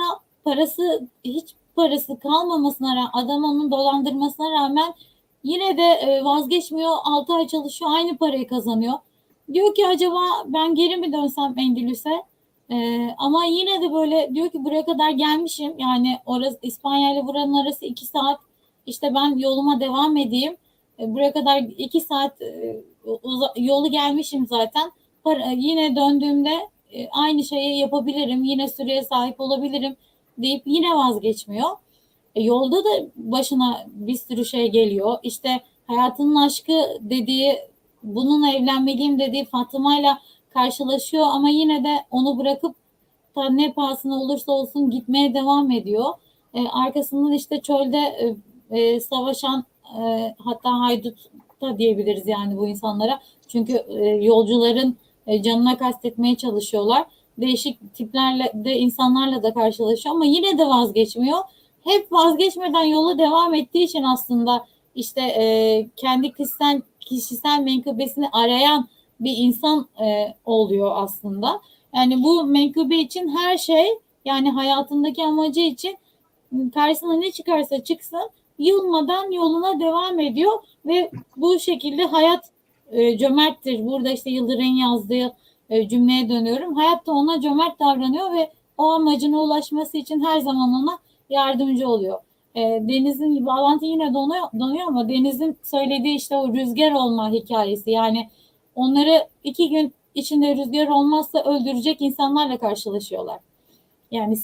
hiç parası kalmamasına rağmen, adam onun dolandırmasına rağmen yine de vazgeçmiyor. 6 ay çalışıyor, aynı parayı kazanıyor. Diyor ki acaba ben geri mi dönsem Endülüs'e? Ama yine de böyle diyor ki buraya kadar gelmişim. Yani orası, İspanya ile buranın arası 2 saat. İşte ben yoluma devam edeyim. Buraya kadar 2 saat yolu gelmişim zaten. Yine döndüğümde aynı şeyi yapabilirim. Yine süreye sahip olabilirim deyip yine vazgeçmiyor. Yolda da başına bir sürü şey geliyor. İşte hayatının aşkı dediği, bununla evlenmeliyim dediği Fatıma'yla karşılaşıyor ama yine de onu bırakıp ne pahasına olursa olsun gitmeye devam ediyor. Arkasından işte çölde savaşan hatta haydut da diyebiliriz yani bu insanlara. Çünkü yolcuların canına kastetmeye çalışıyorlar. Değişik tiplerle de, insanlarla da karşılaşıyor ama yine de vazgeçmiyor. Hep vazgeçmeden yola devam ettiği için aslında işte kendi kişisel menkıbesini arayan bir insan oluyor aslında. Yani bu menkıbe için her şey, yani hayatındaki amacı için karşısına ne çıkarsa çıksın yılmadan yoluna devam ediyor ve bu şekilde hayat cömerttir. Burada işte Yıldıray'ın yazdığı cümleye dönüyorum. Hayat da ona cömert davranıyor ve o amacına ulaşması için her zaman ona yardımcı oluyor. Deniz'in bağlantı yine donuyor ama Deniz'in söylediği işte o rüzgar olma hikayesi, yani onları 2 gün içinde rüzgar olmazsa öldürecek insanlarla karşılaşıyorlar. Yani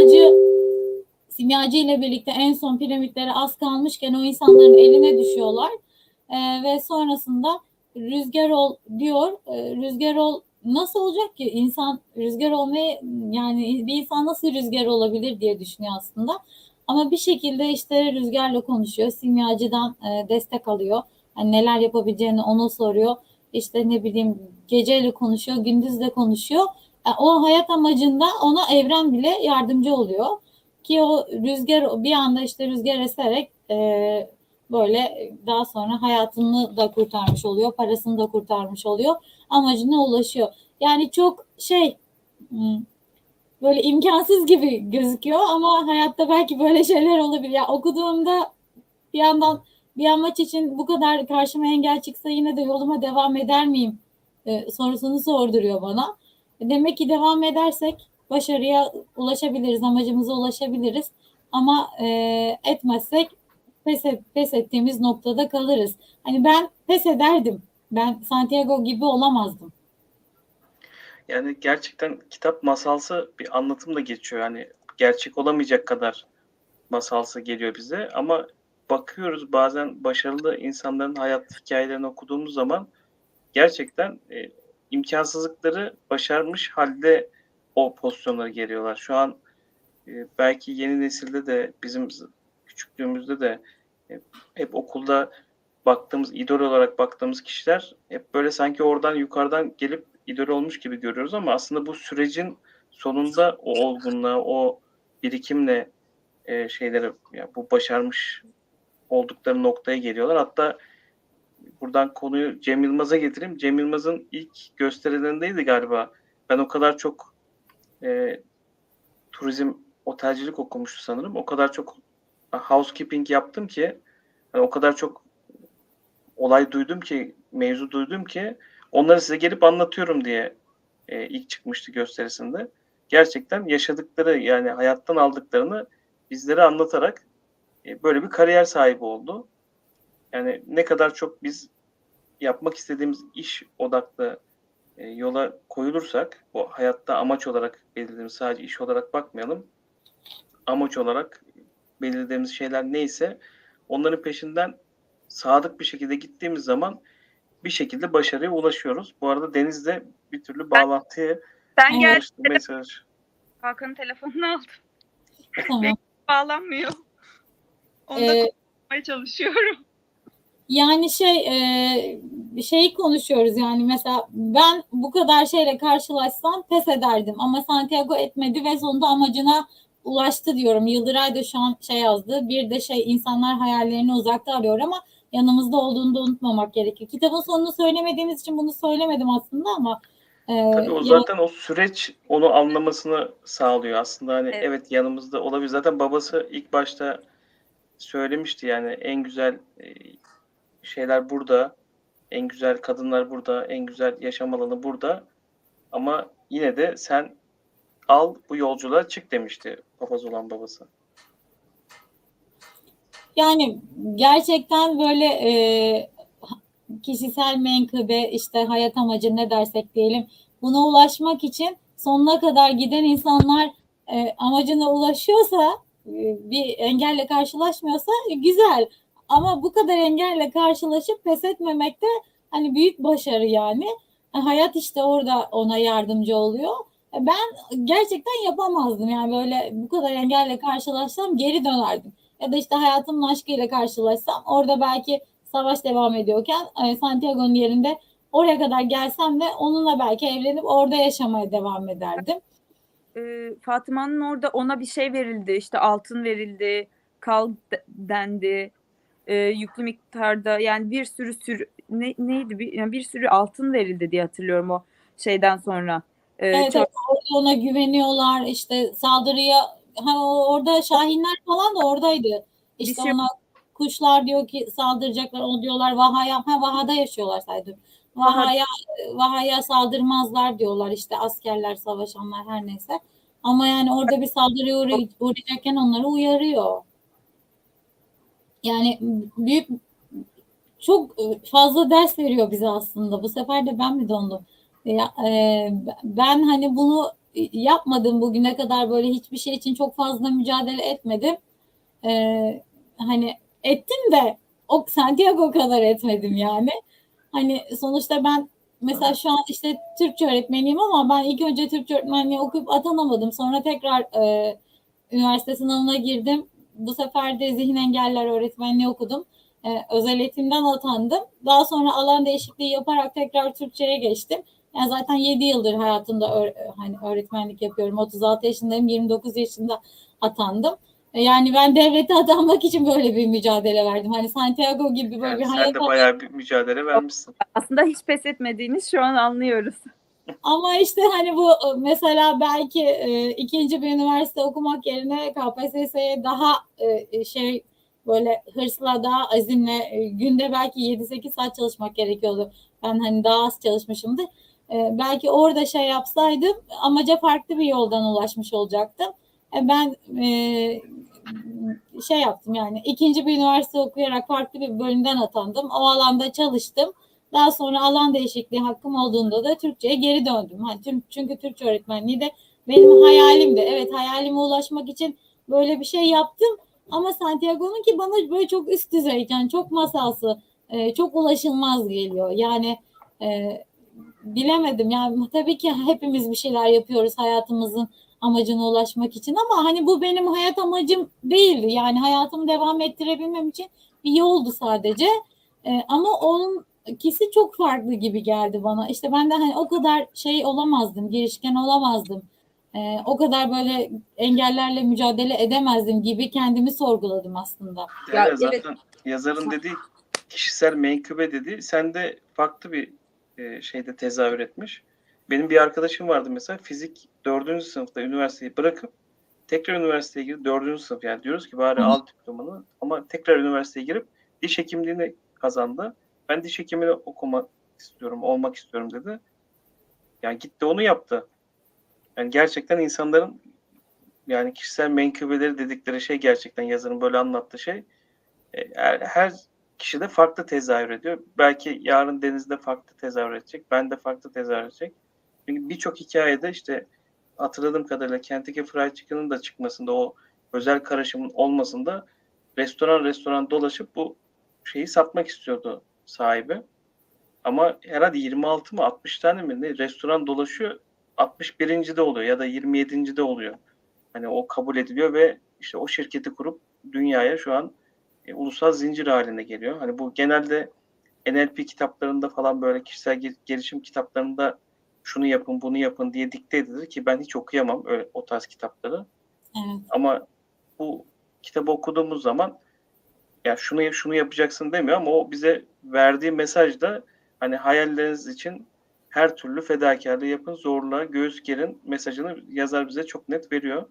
simyacı ile birlikte en son piramitlere az kalmışken o insanların eline düşüyorlar ve sonrasında rüzgar ol diyor. Rüzgar ol nasıl olacak ki? İnsan rüzgar olmayı, yani bir insan nasıl rüzgar olabilir diye düşünüyor aslında. Ama bir şekilde işte rüzgarla konuşuyor. Simyacıdan destek alıyor. Yani neler yapabileceğini ona soruyor. işte ne bileyim geceyle konuşuyor, gündüzle konuşuyor. Yani o hayat amacında ona evren bile yardımcı oluyor. Ki o rüzgar bir anda işte rüzgar eserek böyle daha sonra hayatını da kurtarmış oluyor, parasını da kurtarmış oluyor, amacına ulaşıyor. Yani çok böyle imkansız gibi gözüküyor ama hayatta belki böyle şeyler olabilir. Ya okuduğumda bir yandan bir amaç için bu kadar karşıma engel çıksa yine de yoluma devam eder miyim sorusunu sorduruyor bana. Demek ki devam edersek başarıya ulaşabiliriz, amacımıza ulaşabiliriz. Ama etmezsek pes ettiğimiz noktada kalırız. Hani ben pes ederdim. Ben Santiago gibi olamazdım. Yani gerçekten kitap masalsı bir anlatım da geçiyor. Yani gerçek olamayacak kadar masalsı geliyor bize. Ama bakıyoruz bazen başarılı insanların hayat hikayelerini okuduğumuz zaman gerçekten imkansızlıkları başarmış halde o pozisyonlara geliyorlar. Şu an belki yeni nesilde de bizim küçüklüğümüzde de hep okulda baktığımız, idol olarak baktığımız kişiler hep böyle sanki oradan yukarıdan gelip idol olmuş gibi görüyoruz ama aslında bu sürecin sonunda o olgunluğa, o birikimle şeyleri, yani bu başarmış oldukları noktaya geliyorlar. Hatta buradan konuyu Cem Yılmaz'a getireyim. Cem Yılmaz'ın ilk gösterilerindeydi galiba. Ben o kadar çok turizm, otelcilik okumuştu sanırım. O kadar çok housekeeping yaptım ki yani o kadar çok olay duydum ki, mevzu duydum ki onları size gelip anlatıyorum diye ilk çıkmıştı gösterisinde. Gerçekten yaşadıkları, yani hayattan aldıklarını bizlere anlatarak böyle bir kariyer sahibi oldu. Yani ne kadar çok biz yapmak istediğimiz iş odaklı yola koyulursak, o hayatta amaç olarak belirlediğimiz, sadece iş olarak bakmayalım, amaç olarak belirlediğimiz şeyler neyse onların peşinden sadık bir şekilde gittiğimiz zaman bir şekilde başarıya ulaşıyoruz. Bu arada Deniz'le bir türlü bağlantıyı ulaştırmaya çalışıyor. Hakan'ın telefonunu aldım. Tamam. Bağlanmıyor. Onu da konuşmaya çalışıyorum. Yani şey konuşuyoruz yani mesela ben bu kadar şeyle karşılaşsam pes ederdim ama Santiago etmedi ve sonunda amacına ulaştı diyorum. Yıldıray da şu an yazdı. Bir de insanlar hayallerini uzakta arıyor ama yanımızda olduğunu da unutmamak gerekiyor. Kitabın sonunu söylemediğiniz için bunu söylemedim aslında ama tabii o zaten o süreç onu anlamasını sağlıyor aslında. Hani evet yanımızda olabilir. Zaten babası ilk başta söylemişti, yani en güzel şeyler burada, en güzel kadınlar burada, en güzel yaşam alanı burada. Ama yine de sen al bu yolculuğa çık demişti papaz olan babası. Yani gerçekten böyle kişisel menkıbe, işte hayat amacı ne dersek diyelim, buna ulaşmak için sonuna kadar giden insanlar amacına ulaşıyorsa, bir engelle karşılaşmıyorsa güzel. Ama bu kadar engelle karşılaşıp pes etmemek de hani büyük başarı yani. Hayat işte orada ona yardımcı oluyor. Ben gerçekten yapamazdım yani, böyle bu kadar engelle karşılaşsam geri dönerdim. Ya da işte hayatımın aşkıyla karşılaşsam orada belki savaş devam ediyorken Santiago'nun yerinde oraya kadar gelsem de onunla belki evlenip orada yaşamaya devam ederdim. Fatıma'nın orada ona bir şey verildi, işte altın verildi, kal dendi, yüklü miktarda, yani bir sürü neydi yani bir sürü altın verildi diye hatırlıyorum o şeyden sonra. Evet, orada ona güveniyorlar, işte saldırıya orada şahinler falan da oradaydı. İşte ona kuşlar diyor ki saldıracaklar, onu diyorlar Vaha'da yaşıyorlar saydım. Vaha'ya saldırmazlar diyorlar işte askerler, savaşanlar, her neyse. Ama yani orada bir saldırıya uğrayacakken onları uyarıyor. Yani çok fazla ders veriyor bize aslında. Bu sefer de ben mi dondum? Ben hani bunu yapmadım bugüne kadar, böyle hiçbir şey için çok fazla mücadele etmedim. Hani ettim de o Santiago kadar etmedim yani. Hani sonuçta ben mesela şu an işte Türkçe öğretmeniyim ama ben ilk önce Türkçe öğretmenliği okuyup atanamadım. Sonra tekrar üniversite sınavına girdim. Bu sefer de zihin engeller öğretmenliği okudum. özel eğitimden atandım. Daha sonra alan değişikliği yaparak tekrar Türkçe'ye geçtim. Yani zaten 7 yıldır hayatımda hani öğretmenlik yapıyorum. 36 yaşındayım, 29 yaşında atandım. Yani ben devlete atanmak için böyle bir mücadele verdim. Hani Santiago gibi böyle Yani bir sen hayat de bayağı bir mücadele vermişsin. Aslında hiç pes etmediğini şu an anlıyoruz. Ama işte hani bu mesela belki ikinci bir üniversite okumak yerine KPSS'ye daha böyle hırsla, daha azimle günde belki 7-8 saat çalışmak gerekiyordu. Ben hani daha az çalışmışımdır. Belki orada şey yapsaydım amaca farklı bir yoldan ulaşmış olacaktım. Ben şey yaptım, yani ikinci bir üniversite okuyarak farklı bir bölümden atandım. O alanda çalıştım. Daha sonra alan değişikliği hakkım olduğunda da Türkçe'ye geri döndüm. Çünkü Türkçe öğretmenliği de benim hayalimdi. Evet, hayalime ulaşmak için böyle bir şey yaptım. Ama Santiago'nun ki bana böyle çok üst düzeyken, çok masalsı, çok ulaşılmaz geliyor. Yani bilemedim. Yani tabii ki hepimiz bir şeyler yapıyoruz hayatımızın amacına ulaşmak için, ama hani bu benim hayat amacım değildi. Yani hayatımı devam ettirebilmem için bir yoldu sadece. Ama onun ikisi çok farklı gibi geldi bana. İşte ben de hani o kadar şey olamazdım, girişken olamazdım. O kadar böyle engellerle mücadele edemezdim gibi kendimi sorguladım aslında. Yani zaten yazarın dediği kişisel menkıbe dediği sende farklı bir şeyde tezahür etmiş. Benim bir arkadaşım vardı mesela, fizik 4. sınıfta üniversiteyi bırakıp tekrar üniversiteye girip 4. sınıf, yani diyoruz ki bari al diplomanı, ama tekrar üniversiteye girip diş hekimliğini kazandı. Ben diş hekimini okumak istiyorum, olmak istiyorum dedi. Yani gitti onu yaptı. Yani gerçekten insanların yani kişisel menkıbeleri dedikleri şey, gerçekten yazarın böyle anlattığı şey her kişide farklı tezahür ediyor. Belki yarın Deniz'de farklı tezahür edecek, ben de farklı tezahür edecek. Çünkü birçok hikayede işte hatırladığım kadarıyla Kentucky Fried Chicken'ın da çıkmasında, o özel karışımın olmasında restoran dolaşıp bu şeyi satmak istiyordu sahibi. Ama herhalde 26 mı 60 tane mi ne restoran dolaşıyor, 61. de oluyor ya da 27. de oluyor. Hani o kabul ediliyor ve işte o şirketi kurup dünyaya şu an ulusal zincir haline geliyor. Hani bu genelde NLP kitaplarında falan, böyle kişisel gelişim kitaplarında şunu yapın, bunu yapın diye dikte edilir ki ben hiç okuyamam öyle o tarz kitapları. Evet. Ama bu kitabı okuduğumuz zaman ya şunu yapacaksın demiyor, ama o bize verdiği mesaj da hani hayalleriniz için her türlü fedakarlığı yapın, zorluğa göğüs gerin mesajını yazar bize çok net veriyor.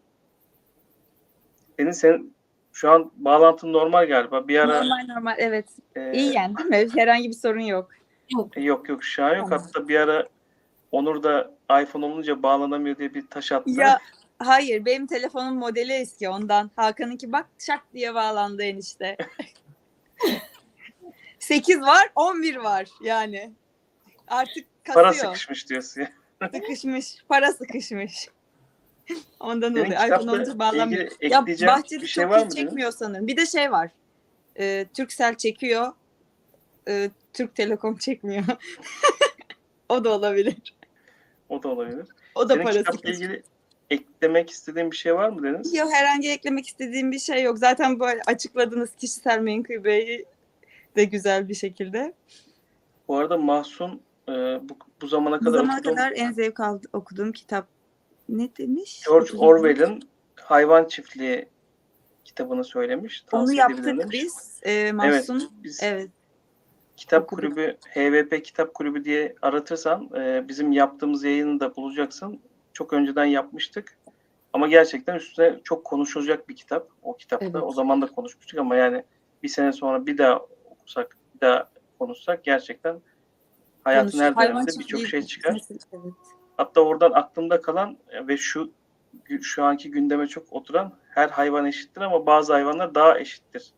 Senin şu an bağlantın normal galiba. Bir ara Normal evet. İyi yani, değil mi? Herhangi bir sorun yok. Yok şu an yok. Tamam. Hatta bir ara Onur da iPhone olunca bağlanamıyor diye bir taş attı. Ya hayır, benim telefonun modeli eski ondan. Hakan'ınki bak şak diye bağlandı enişte. 8 var, 11 var yani. Artık kasıyor. Para sıkışmış diyorsun ya. Sıkışmış, para sıkışmış. Ondan Senin oluyor. iPhone olunca bağlamıyor. Ya Bahçeli bir şey çok var iyi mı çekmiyor sanırım. Bir de şey var. Turkcell çekiyor. Türk Telekom çekmiyor. O da olabilir. O da olabilir. O da Senin parası. kitapla ilgili eklemek istediğin bir şey var mı Deniz? Yok, herhangi eklemek istediğim bir şey yok. Zaten böyle açıkladınız kişisel menkıbeyi de güzel bir şekilde. Bu arada Mahsun bu zamana kadar en zevk okuduğum kitap ne demiş? George Orwell'in Hayvan Çiftliği kitabını söylemiş. Onu yaptık biz. Mahsun. Evet, biz evet. Kitap Kulübü, HVP Kitap Kulübü diye aratırsan bizim yaptığımız yayını da bulacaksın. Çok önceden yapmıştık. Ama gerçekten üstüne çok konuşulacak bir kitap. O kitapta. Evet. O zaman da konuşmuştuk ama yani bir sene sonra bir daha okusak, bir daha konuşsak gerçekten hayatın her döneminde birçok şey çıkar. Evet. Hatta oradan aklımda kalan ve şu anki gündeme çok oturan, her hayvan eşittir ama bazı hayvanlar daha eşittir.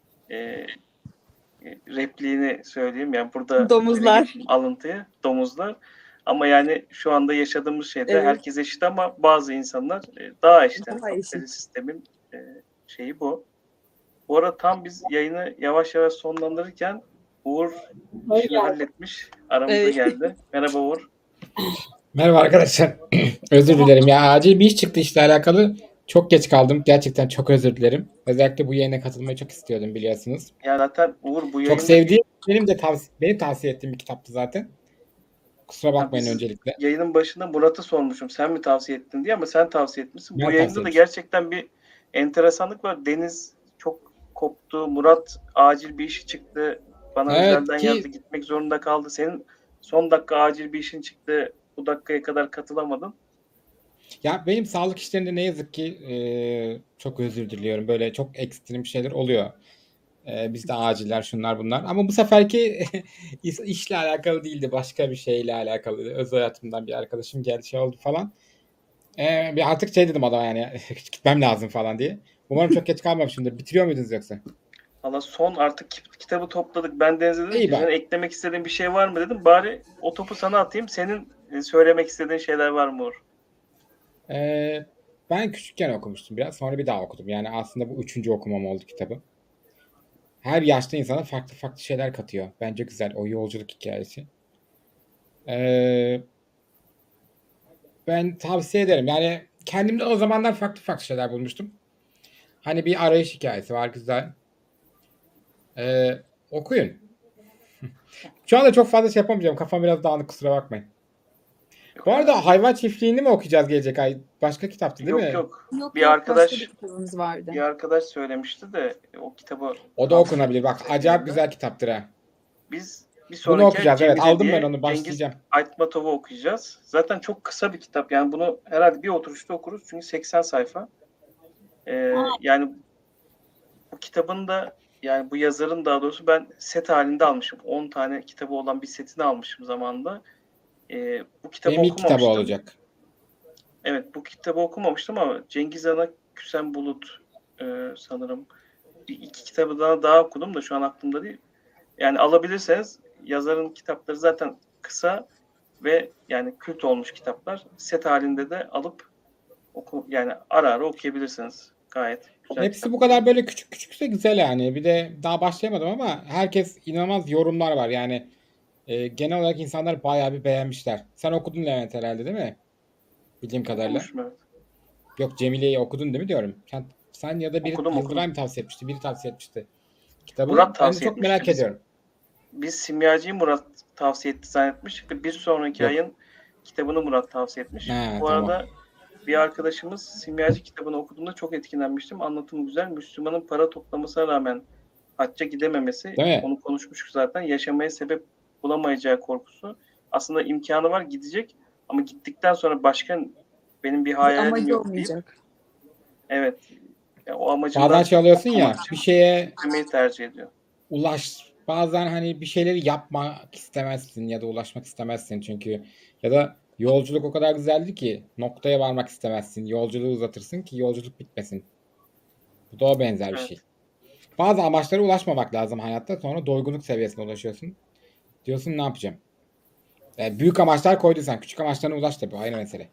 Repliğini söyleyeyim. Yani burada domuzlar. Alıntıyı domuzlar. Ama yani şu anda yaşadığımız şeyde herkes eşit ama bazı insanlar daha eşit. Yani kapitalist sistemin şeyi bu. Bu arada tam biz yayını yavaş yavaş sonlandırırken Uğur işini halletmiş. Aramıza geldi. Merhaba Uğur. Merhaba arkadaşlar. Özür dilerim ya, acil bir iş çıktı işle alakalı. Çok geç kaldım. Gerçekten çok özür dilerim. Özellikle bu yayına katılmayı çok istiyordum biliyorsunuz. Ya zaten Uğur bu Çok yayında sevdiğim, benim tavsiye ettiğim bir kitaptı zaten. Kusura bakmayın biz öncelikle. yayının başında Murat'a sormuşum sen mi tavsiye ettin diye ama sen tavsiye etmişsin. Bu Ben yayında tavsiye da etmişim. gerçekten bir enteresanlık var. Deniz çok koptu. Murat acil bir işi çıktı. Bana Evet özelden ki yazdı. Gitmek zorunda kaldı. Senin son dakika acil bir işin çıktı. Bu dakikaya kadar katılamadın. ya benim sağlık işlerinde ne yazık ki çok özür diliyorum. Böyle çok ekstrem şeyler oluyor. Bizde aciller şunlar bunlar. Ama bu seferki işle alakalı değildi. Başka bir şeyle alakalıydı. Özel hayatımdan bir arkadaşım geldi şey oldu falan. Bir artık şey dedim adama yani gitmem lazım falan diye. Umarım çok geç kalmamışımdır. Bitiriyor muydunuz yoksa? Valla son artık kitabı topladık. Ben Deniz'e dedim İyi ki bak. senin eklemek istediğin bir şey var mı dedim. Bari o topu sana atayım. Senin söylemek istediğin şeyler var mı Uğur? Ben küçükken okumuştum biraz. Sonra bir daha okudum. Yani aslında bu 3. okumam oldu kitabı. Her yaşta insana farklı farklı şeyler katıyor. Bence güzel o yolculuk hikayesi. Ee, Ben tavsiye ederim. Yani kendimde o zamanlar farklı farklı şeyler bulmuştum. Hani bir arayış hikayesi var güzel. Okuyun. Şu anda çok fazla şey yapamayacağım. Kafam biraz dağınık kusura bakmayın. Bu arada hayvan çiftliğini mi okuyacağız gelecek ay? Başka kitaptı değil mi? Yok. Yok Bir yok, arkadaş başka bir kitabımız vardı. bir arkadaş söylemişti de o kitabı O da okunabilir. Bak acayip güzel kitaptır ha. Biz bir Bunu sonraki okuyacağız. Evet Cemile aldım ben diye onu başlayacağım. Cengiz Aytmatov'u okuyacağız. Zaten çok kısa bir kitap. Yani bunu herhalde bir oturuşta okuruz. Çünkü 80 sayfa. Yani bu kitabın da yani bu yazarın daha doğrusu ben set halinde almışım. 10 tane kitabı olan bir setini almışım zamanında. Bu kitabı Benim ilk kitabı okumamıştım. olacak. Evet bu kitabı okumamıştım ama Cengiz Ana Küsen Bulut sanırım. İki kitabı daha okudum da şu an aklımda değil. Yani alabilirseniz yazarın kitapları zaten kısa ve yani kült olmuş kitaplar. Set halinde de alıp yani ara ara okuyabilirsiniz. Gayet güzel. Hepsi bu kadar böyle küçük küçükse güzel yani. Bir de daha başlayamadım ama herkes inanılmaz yorumlar var. Yani genel olarak insanlar bayağı bir beğenmişler. Sen okudun Levent herhalde değil mi? Bildiğim kadarıyla. Okumuşum, evet. Yok Cemile'yi okudun değil mi diyorum. Sen ya da biri Okudum. Yıldıray mı tavsiye etmişti? Biri tavsiye etmişti. Kitabı Murat ben de tavsiye çok etmişti. merak ediyorum. Biz Simyacı'yı Murat tavsiye etti zannetmiştik de bir sonraki Yok. ayın kitabını Murat tavsiye etmiş. Bu Tamam. arada bir arkadaşımız Simyacı kitabını okuduğunda çok etkilenmiştim. Anlatımı güzel. Müslümanın para toplamasına rağmen hacca gidememesi, onu konuşmuştuk zaten. Yaşamaya sebep bulamayacağı korkusu. Aslında imkanı var, gidecek ama gittikten sonra başka benim bir hayalim yok olmayacak. deyip, evet. Yani o amacından Bazen şey alıyorsun ya bir şeye tercih ediyor. bazen hani bir şeyleri yapmak istemezsin ya da ulaşmak istemezsin çünkü ya da yolculuk o kadar güzeldi ki noktaya varmak istemezsin. Yolculuğu uzatırsın ki yolculuk bitmesin. Bu da o benzer bir şey. Bazı amaçlara ulaşmamak lazım hayatta. Sonra doygunluk seviyesine ulaşıyorsun. Diyorsun ne yapacağım? Yani büyük amaçlar koyduysan küçük amaçlarına ulaş tabii. Ayrı mesele.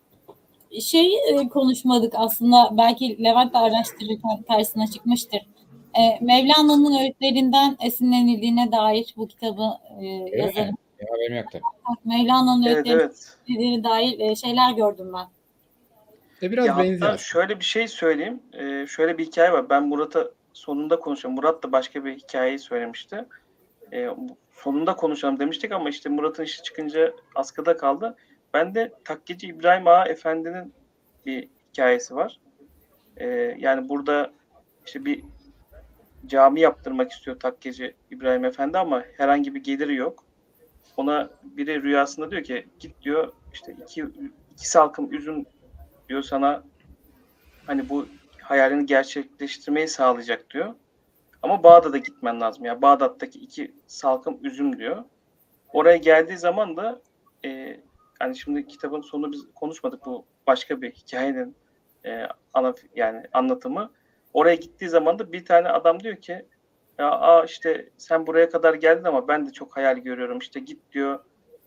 Konuşmadık aslında. Belki Levent de araştırırken karşısına çıkmıştır. Mevlana'nın öğütlerinden esinlenildiğine dair bu kitabı yazarım. Haberim yok tabii. Mevlana'nın öğütlerine dair şeyler gördüm ben. Biraz benziyor. Hatta şöyle bir şey söyleyeyim. Şöyle bir hikaye var. Ben Murat'a sonunda konuşacağım. Murat da başka bir hikayeyi söylemişti. Sonunda konuşalım demiştik ama işte Murat'ın işi çıkınca askıda kaldı. Ben de Takkeci İbrahim Ağa Efendi'nin bir hikayesi var. Yani burada işte bir cami yaptırmak istiyor Takkeci İbrahim Efendi ama herhangi bir geliri yok. Ona biri rüyasında diyor ki git diyor işte iki salkım üzüm diyor sana hani bu hayalini gerçekleştirmeyi sağlayacak diyor. Ama Bağdat'a gitmen lazım. Yani Bağdat'taki 2 salkım üzüm diyor. Oraya geldiği zaman da yani şimdi kitabın sonunu biz konuşmadık. Bu başka bir hikayenin yani anlatımı. Oraya gittiği zaman da bir tane adam diyor ki ya işte sen buraya kadar geldin ama ben de çok hayal görüyorum. İşte git diyor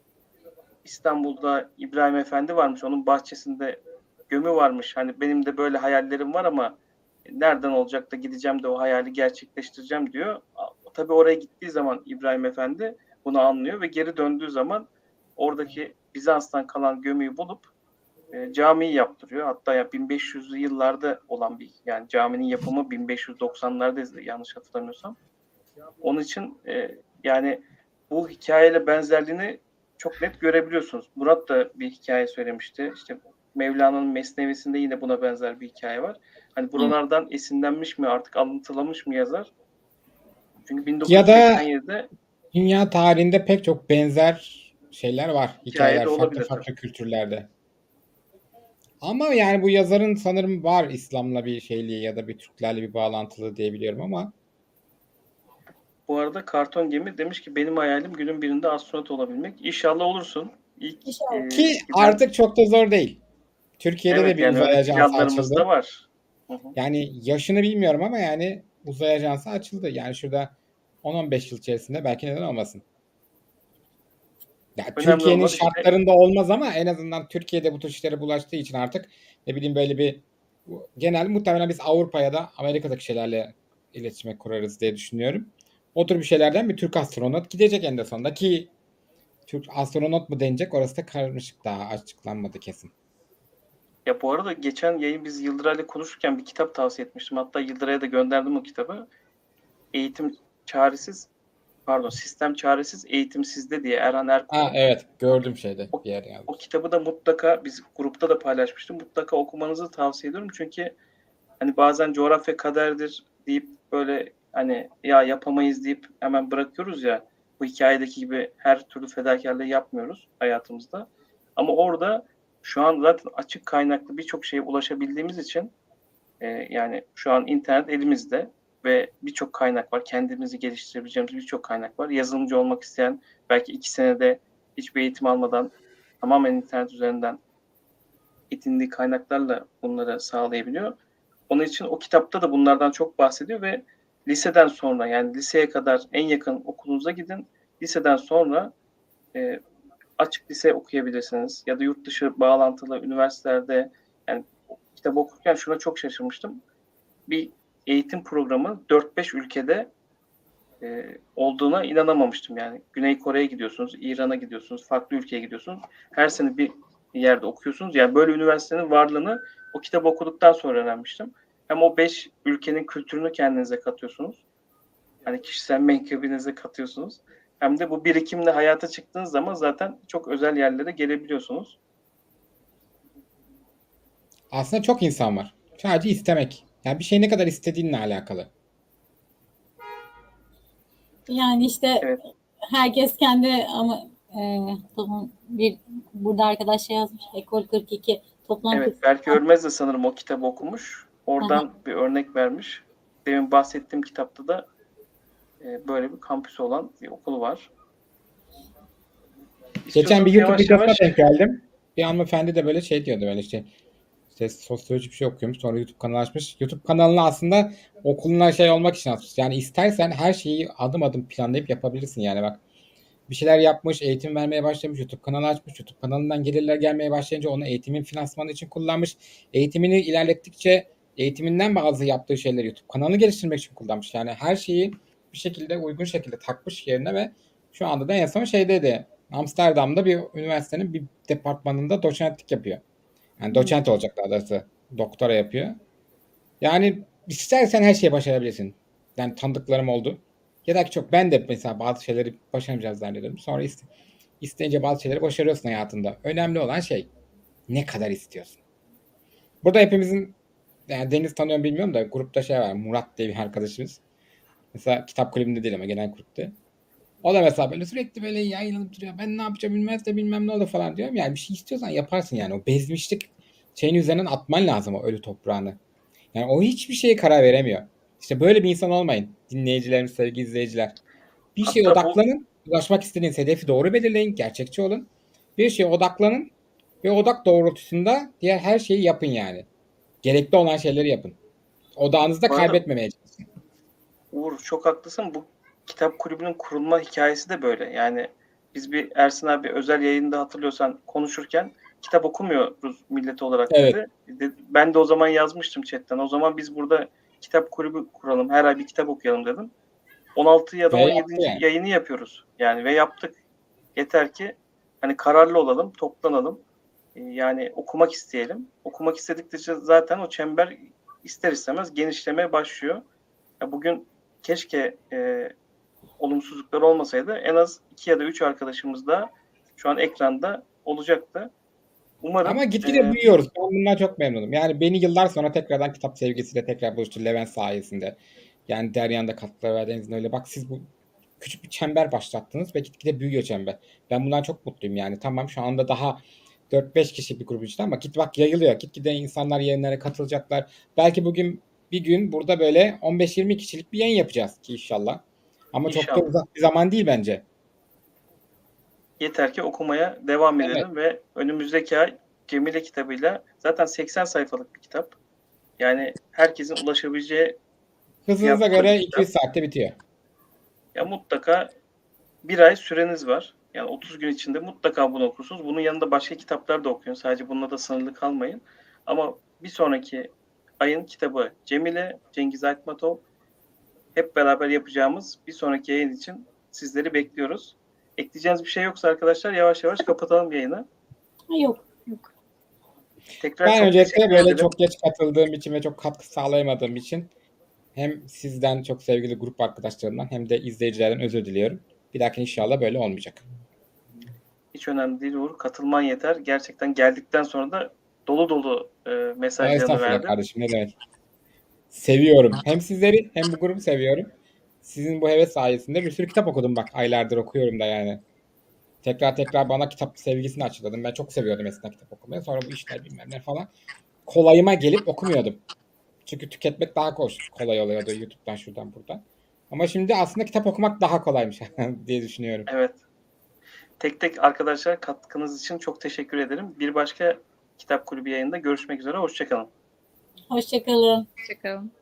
İstanbul'da İbrahim Efendi varmış. Onun bahçesinde gömü varmış. Hani benim de böyle hayallerim var ama nereden olacak da gideceğim de o hayali gerçekleştireceğim diyor. Tabii oraya gittiği zaman İbrahim Efendi bunu anlıyor ve geri döndüğü zaman oradaki Bizans'tan kalan gömüyü bulup camiyi yaptırıyor. Hatta ya 1500'lü yıllarda olan bir, yani caminin yapımı 1590'larda yanlış hatırlamıyorsam. Onun için yani bu hikayeyle benzerliğini çok net görebiliyorsunuz. Murat da bir hikaye söylemişti. İşte Mevlana'nın Mesnevisinde yine buna benzer bir hikaye var. Hani buralardan esinlenmiş mi, artık alıntılamış mı yazar? Çünkü Ya da 1987'de dünya tarihinde pek çok benzer şeyler var. Hikayeler farklı olabilir farklı kültürlerde. Ama yani bu yazarın sanırım var İslam'la bir şeyliği ya da bir Türklerle bir bağlantılı diyebiliyorum ama. Bu arada Karton Gemi demiş ki benim hayalim günün birinde astronot olabilmek. İnşallah olursun. İnşallah. Ki artık çok da zor değil. Türkiye'de de bir yani uzay öyle ajansı planlarımız açıldı. da var. Yani yaşını bilmiyorum ama yani uzay ajansı açıldı. Yani şurada 10-15 yıl içerisinde belki neden olmasın. Ya Türkiye'nin şartlarında olmaz ama en azından Türkiye'de bu tür işlere bulaştığı için artık ne bileyim böyle bir genel muhtemelen biz Avrupa ya da Amerika'daki şeylerle iletişime kurarız diye düşünüyorum. O tür bir şeylerden bir Türk astronot gidecek en de sonunda ki Türk astronot mu denecek orası da karmaşık, daha açıklanmadı kesin. Ya bu arada geçen yayın biz Yıldıray'la konuşurken bir kitap tavsiye etmiştim. Hatta Yıldıray'a da gönderdim o kitabı. Sistem çaresiz, eğitim sizde diye Erhan Erkul. Evet, gördüm şeyde bir yerde yazmış. O kitabı da mutlaka biz grupta da paylaşmıştım. Mutlaka okumanızı tavsiye ediyorum. Çünkü hani bazen coğrafya kaderdir deyip böyle hani ya yapamayız deyip hemen bırakıyoruz ya. Bu hikayedeki gibi her türlü fedakarlığı yapmıyoruz hayatımızda. Ama orada şu an zaten açık kaynaklı birçok şeye ulaşabildiğimiz için yani şu an internet elimizde ve birçok kaynak var. Kendimizi geliştirebileceğimiz birçok kaynak var. Yazılımcı olmak isteyen belki 2 senede hiçbir eğitim almadan tamamen internet üzerinden edindiği kaynaklarla bunları sağlayabiliyor. Onun için o kitapta da bunlardan çok bahsediyor ve liseden sonra, yani liseye kadar en yakın okulunuza gidin. Liseden sonra açık lise okuyabilirsiniz ya da yurt dışı bağlantılı üniversitelerde. Yani kitap okurken şuna çok şaşırmıştım. Bir eğitim programı 4-5 ülkede olduğuna inanamamıştım. Yani Güney Kore'ye gidiyorsunuz, İran'a gidiyorsunuz, farklı ülkeye gidiyorsunuz. Her sene bir yerde okuyorsunuz. Yani böyle üniversitenin varlığını o kitabı okuduktan sonra öğrenmiştim. Hem o 5 ülkenin kültürünü kendinize katıyorsunuz. Hani kişisel menkıbinize katıyorsunuz. Hem de bu birikimle hayata çıktığınız zaman zaten çok özel yerlere gelebiliyorsunuz. Aslında çok insan var. Sadece istemek. Yani bir şey ne kadar istediğinle alakalı. Yani işte evet. Herkes kendi ama bir burada arkadaş şey yazmış. Ekol 42 toplam. Evet, belki Örmez de sanırım o kitabı okumuş. Oradan bir örnek vermiş. Demin bahsettiğim kitapta da böyle bir kampüsü olan bir okulu var. Geçen bir YouTube videosuna denk geldim. Bir hanımefendi de böyle şey diyordu, böyle işte sosyoloji bir şey okuyormuş. Sonra YouTube kanalı açmış. YouTube kanalına aslında okuluna şey olmak için açmış. Yani istersen her şeyi adım adım planlayıp yapabilirsin yani bak. Bir şeyler yapmış, eğitim vermeye başlamış, YouTube kanalı açmış. YouTube kanalından gelirler gelmeye başlayınca onu eğitimin finansmanı için kullanmış. Eğitimini ilerlettikçe eğitiminden bazı yaptığı şeyleri YouTube kanalını geliştirmek için kullanmış. Yani her şeyi bir şekilde uygun şekilde takmış yerine ve şu anda da en son şeydeydi. Amsterdam'da bir üniversitenin bir departmanında doçentlik yapıyor. Yani doçent olacak daha doğrusu. Doktora yapıyor. Yani istersen her şeyi başarabilirsin. Yani tanıdıklarım oldu. Ya da ki çok ben de mesela bazı şeyleri başaramayacağız zannediyorum. Sonra isteyince bazı şeyleri başarıyorsun hayatında. Önemli olan şey ne kadar istiyorsun. Burada hepimizin, yani Deniz tanıyorum bilmiyorum da grupta şey var. Murat diye bir arkadaşımız. Mesela kitap kulübünde değil ama genel kulüpte. O da mesela böyle sürekli böyle yayınlanıp duruyor. Ben ne yapacağım bilmem ne olur falan diyorum. Yani bir şey istiyorsan yaparsın yani. O bezmişlik şeyin üzerinden atman lazım o ölü toprağını. Yani o hiçbir şeye karar veremiyor. İşte böyle bir insan olmayın. Dinleyicilerimiz, sevgili izleyiciler. Bir şeye odaklanın. Ulaşmak istediğiniz hedefi doğru belirleyin. Gerçekçi olun. Bir şeye odaklanın. Ve odak doğrultusunda diğer her şeyi yapın yani. Gerekli olan şeyleri yapın. Odağınızı da kaybetmemeye çalışın. Uğur çok haklısın. Bu kitap kulübünün kurulma hikayesi de böyle. Yani biz bir Ersin abi özel yayında hatırlıyorsan konuşurken kitap okumuyoruz millet olarak dedi. Evet. Ben de o zaman yazmıştım chatten. O zaman biz burada kitap kulübü kuralım. Her ay bir kitap okuyalım dedim. 16 ya da 17. Yani. Yayını yapıyoruz. Yani ve yaptık. Yeter ki hani kararlı olalım, toplanalım. Yani okumak isteyelim. Okumak istedikçe zaten o çember ister istemez genişlemeye başlıyor. Ya bugün keşke olumsuzluklar olmasaydı en az 2 ya da 3 arkadaşımız da şu an ekranda olacaktı. Umarım. Ama gitgide büyüyoruz. Ben bundan çok memnunum. Yani beni yıllar sonra tekrardan kitap sevgisiyle tekrar buluştu Levent sayesinde. Yani Derya'nın da katkıları ve Deniz'in öyle. Bak siz bu küçük bir çember başlattınız ve gitgide büyüyor çember. Ben bundan çok mutluyum yani. Tamam şu anda daha 4-5 kişi bir grubun içinde ama bak yayılıyor. Gitgide insanlar yayınlara katılacaklar. Belki bugün bir gün burada böyle 15-20 kişilik bir yayın yapacağız ki inşallah. Ama İnşallah. çok da uzak bir zaman değil bence. Yeter ki okumaya devam edelim ve önümüzdeki ay Cemile kitabıyla zaten 80 sayfalık bir kitap. Yani herkesin ulaşabileceği Hızınıza göre 200 saatte bitiyor. Ya mutlaka bir ay süreniz var. Yani 30 gün içinde mutlaka bunu okursunuz. Bunun yanında başka kitaplar da okuyun. Sadece bununla da sınırlı kalmayın. Ama bir sonraki ayın kitabı Cemile, Cengiz Aytmatov. Hep beraber yapacağımız bir sonraki yayın için sizleri bekliyoruz. Ekleyeceğiniz bir şey yoksa arkadaşlar yavaş yavaş kapatalım yayını. Yok. Tekrar Ben çok öncelikle teşekkür böyle ederim. çok geç katıldığım için ve çok katkı sağlayamadığım için hem sizden çok sevgili grup arkadaşlarımdan hem de izleyicilerden özür diliyorum. Bir dahaki inşallah böyle olmayacak. Hiç önemli değil Uğur. Katılman yeter. Gerçekten geldikten sonra da dolu dolu mesajlarını Estağfurullah verdin. kardeşim, ne demek. Seviyorum. Hem sizleri hem bu grubu seviyorum. Sizin bu heves sayesinde bir sürü kitap okudum bak. Aylardır okuyorum da yani. Tekrar bana kitap sevgisini açıkladım. Ben çok seviyordum eskiden kitap okumayı. Sonra bu işler bilmem ne falan. Kolayıma gelip okumuyordum. Çünkü tüketmek daha kolay oluyordu YouTube'dan şuradan buradan. Ama şimdi aslında kitap okumak daha kolaymış diye düşünüyorum. Evet. Tek tek arkadaşlar katkınız için çok teşekkür ederim. Bir başka Kitap Kulübü yayında görüşmek üzere. Hoşçakalın. Hoşçakalın. Hoşçakalın.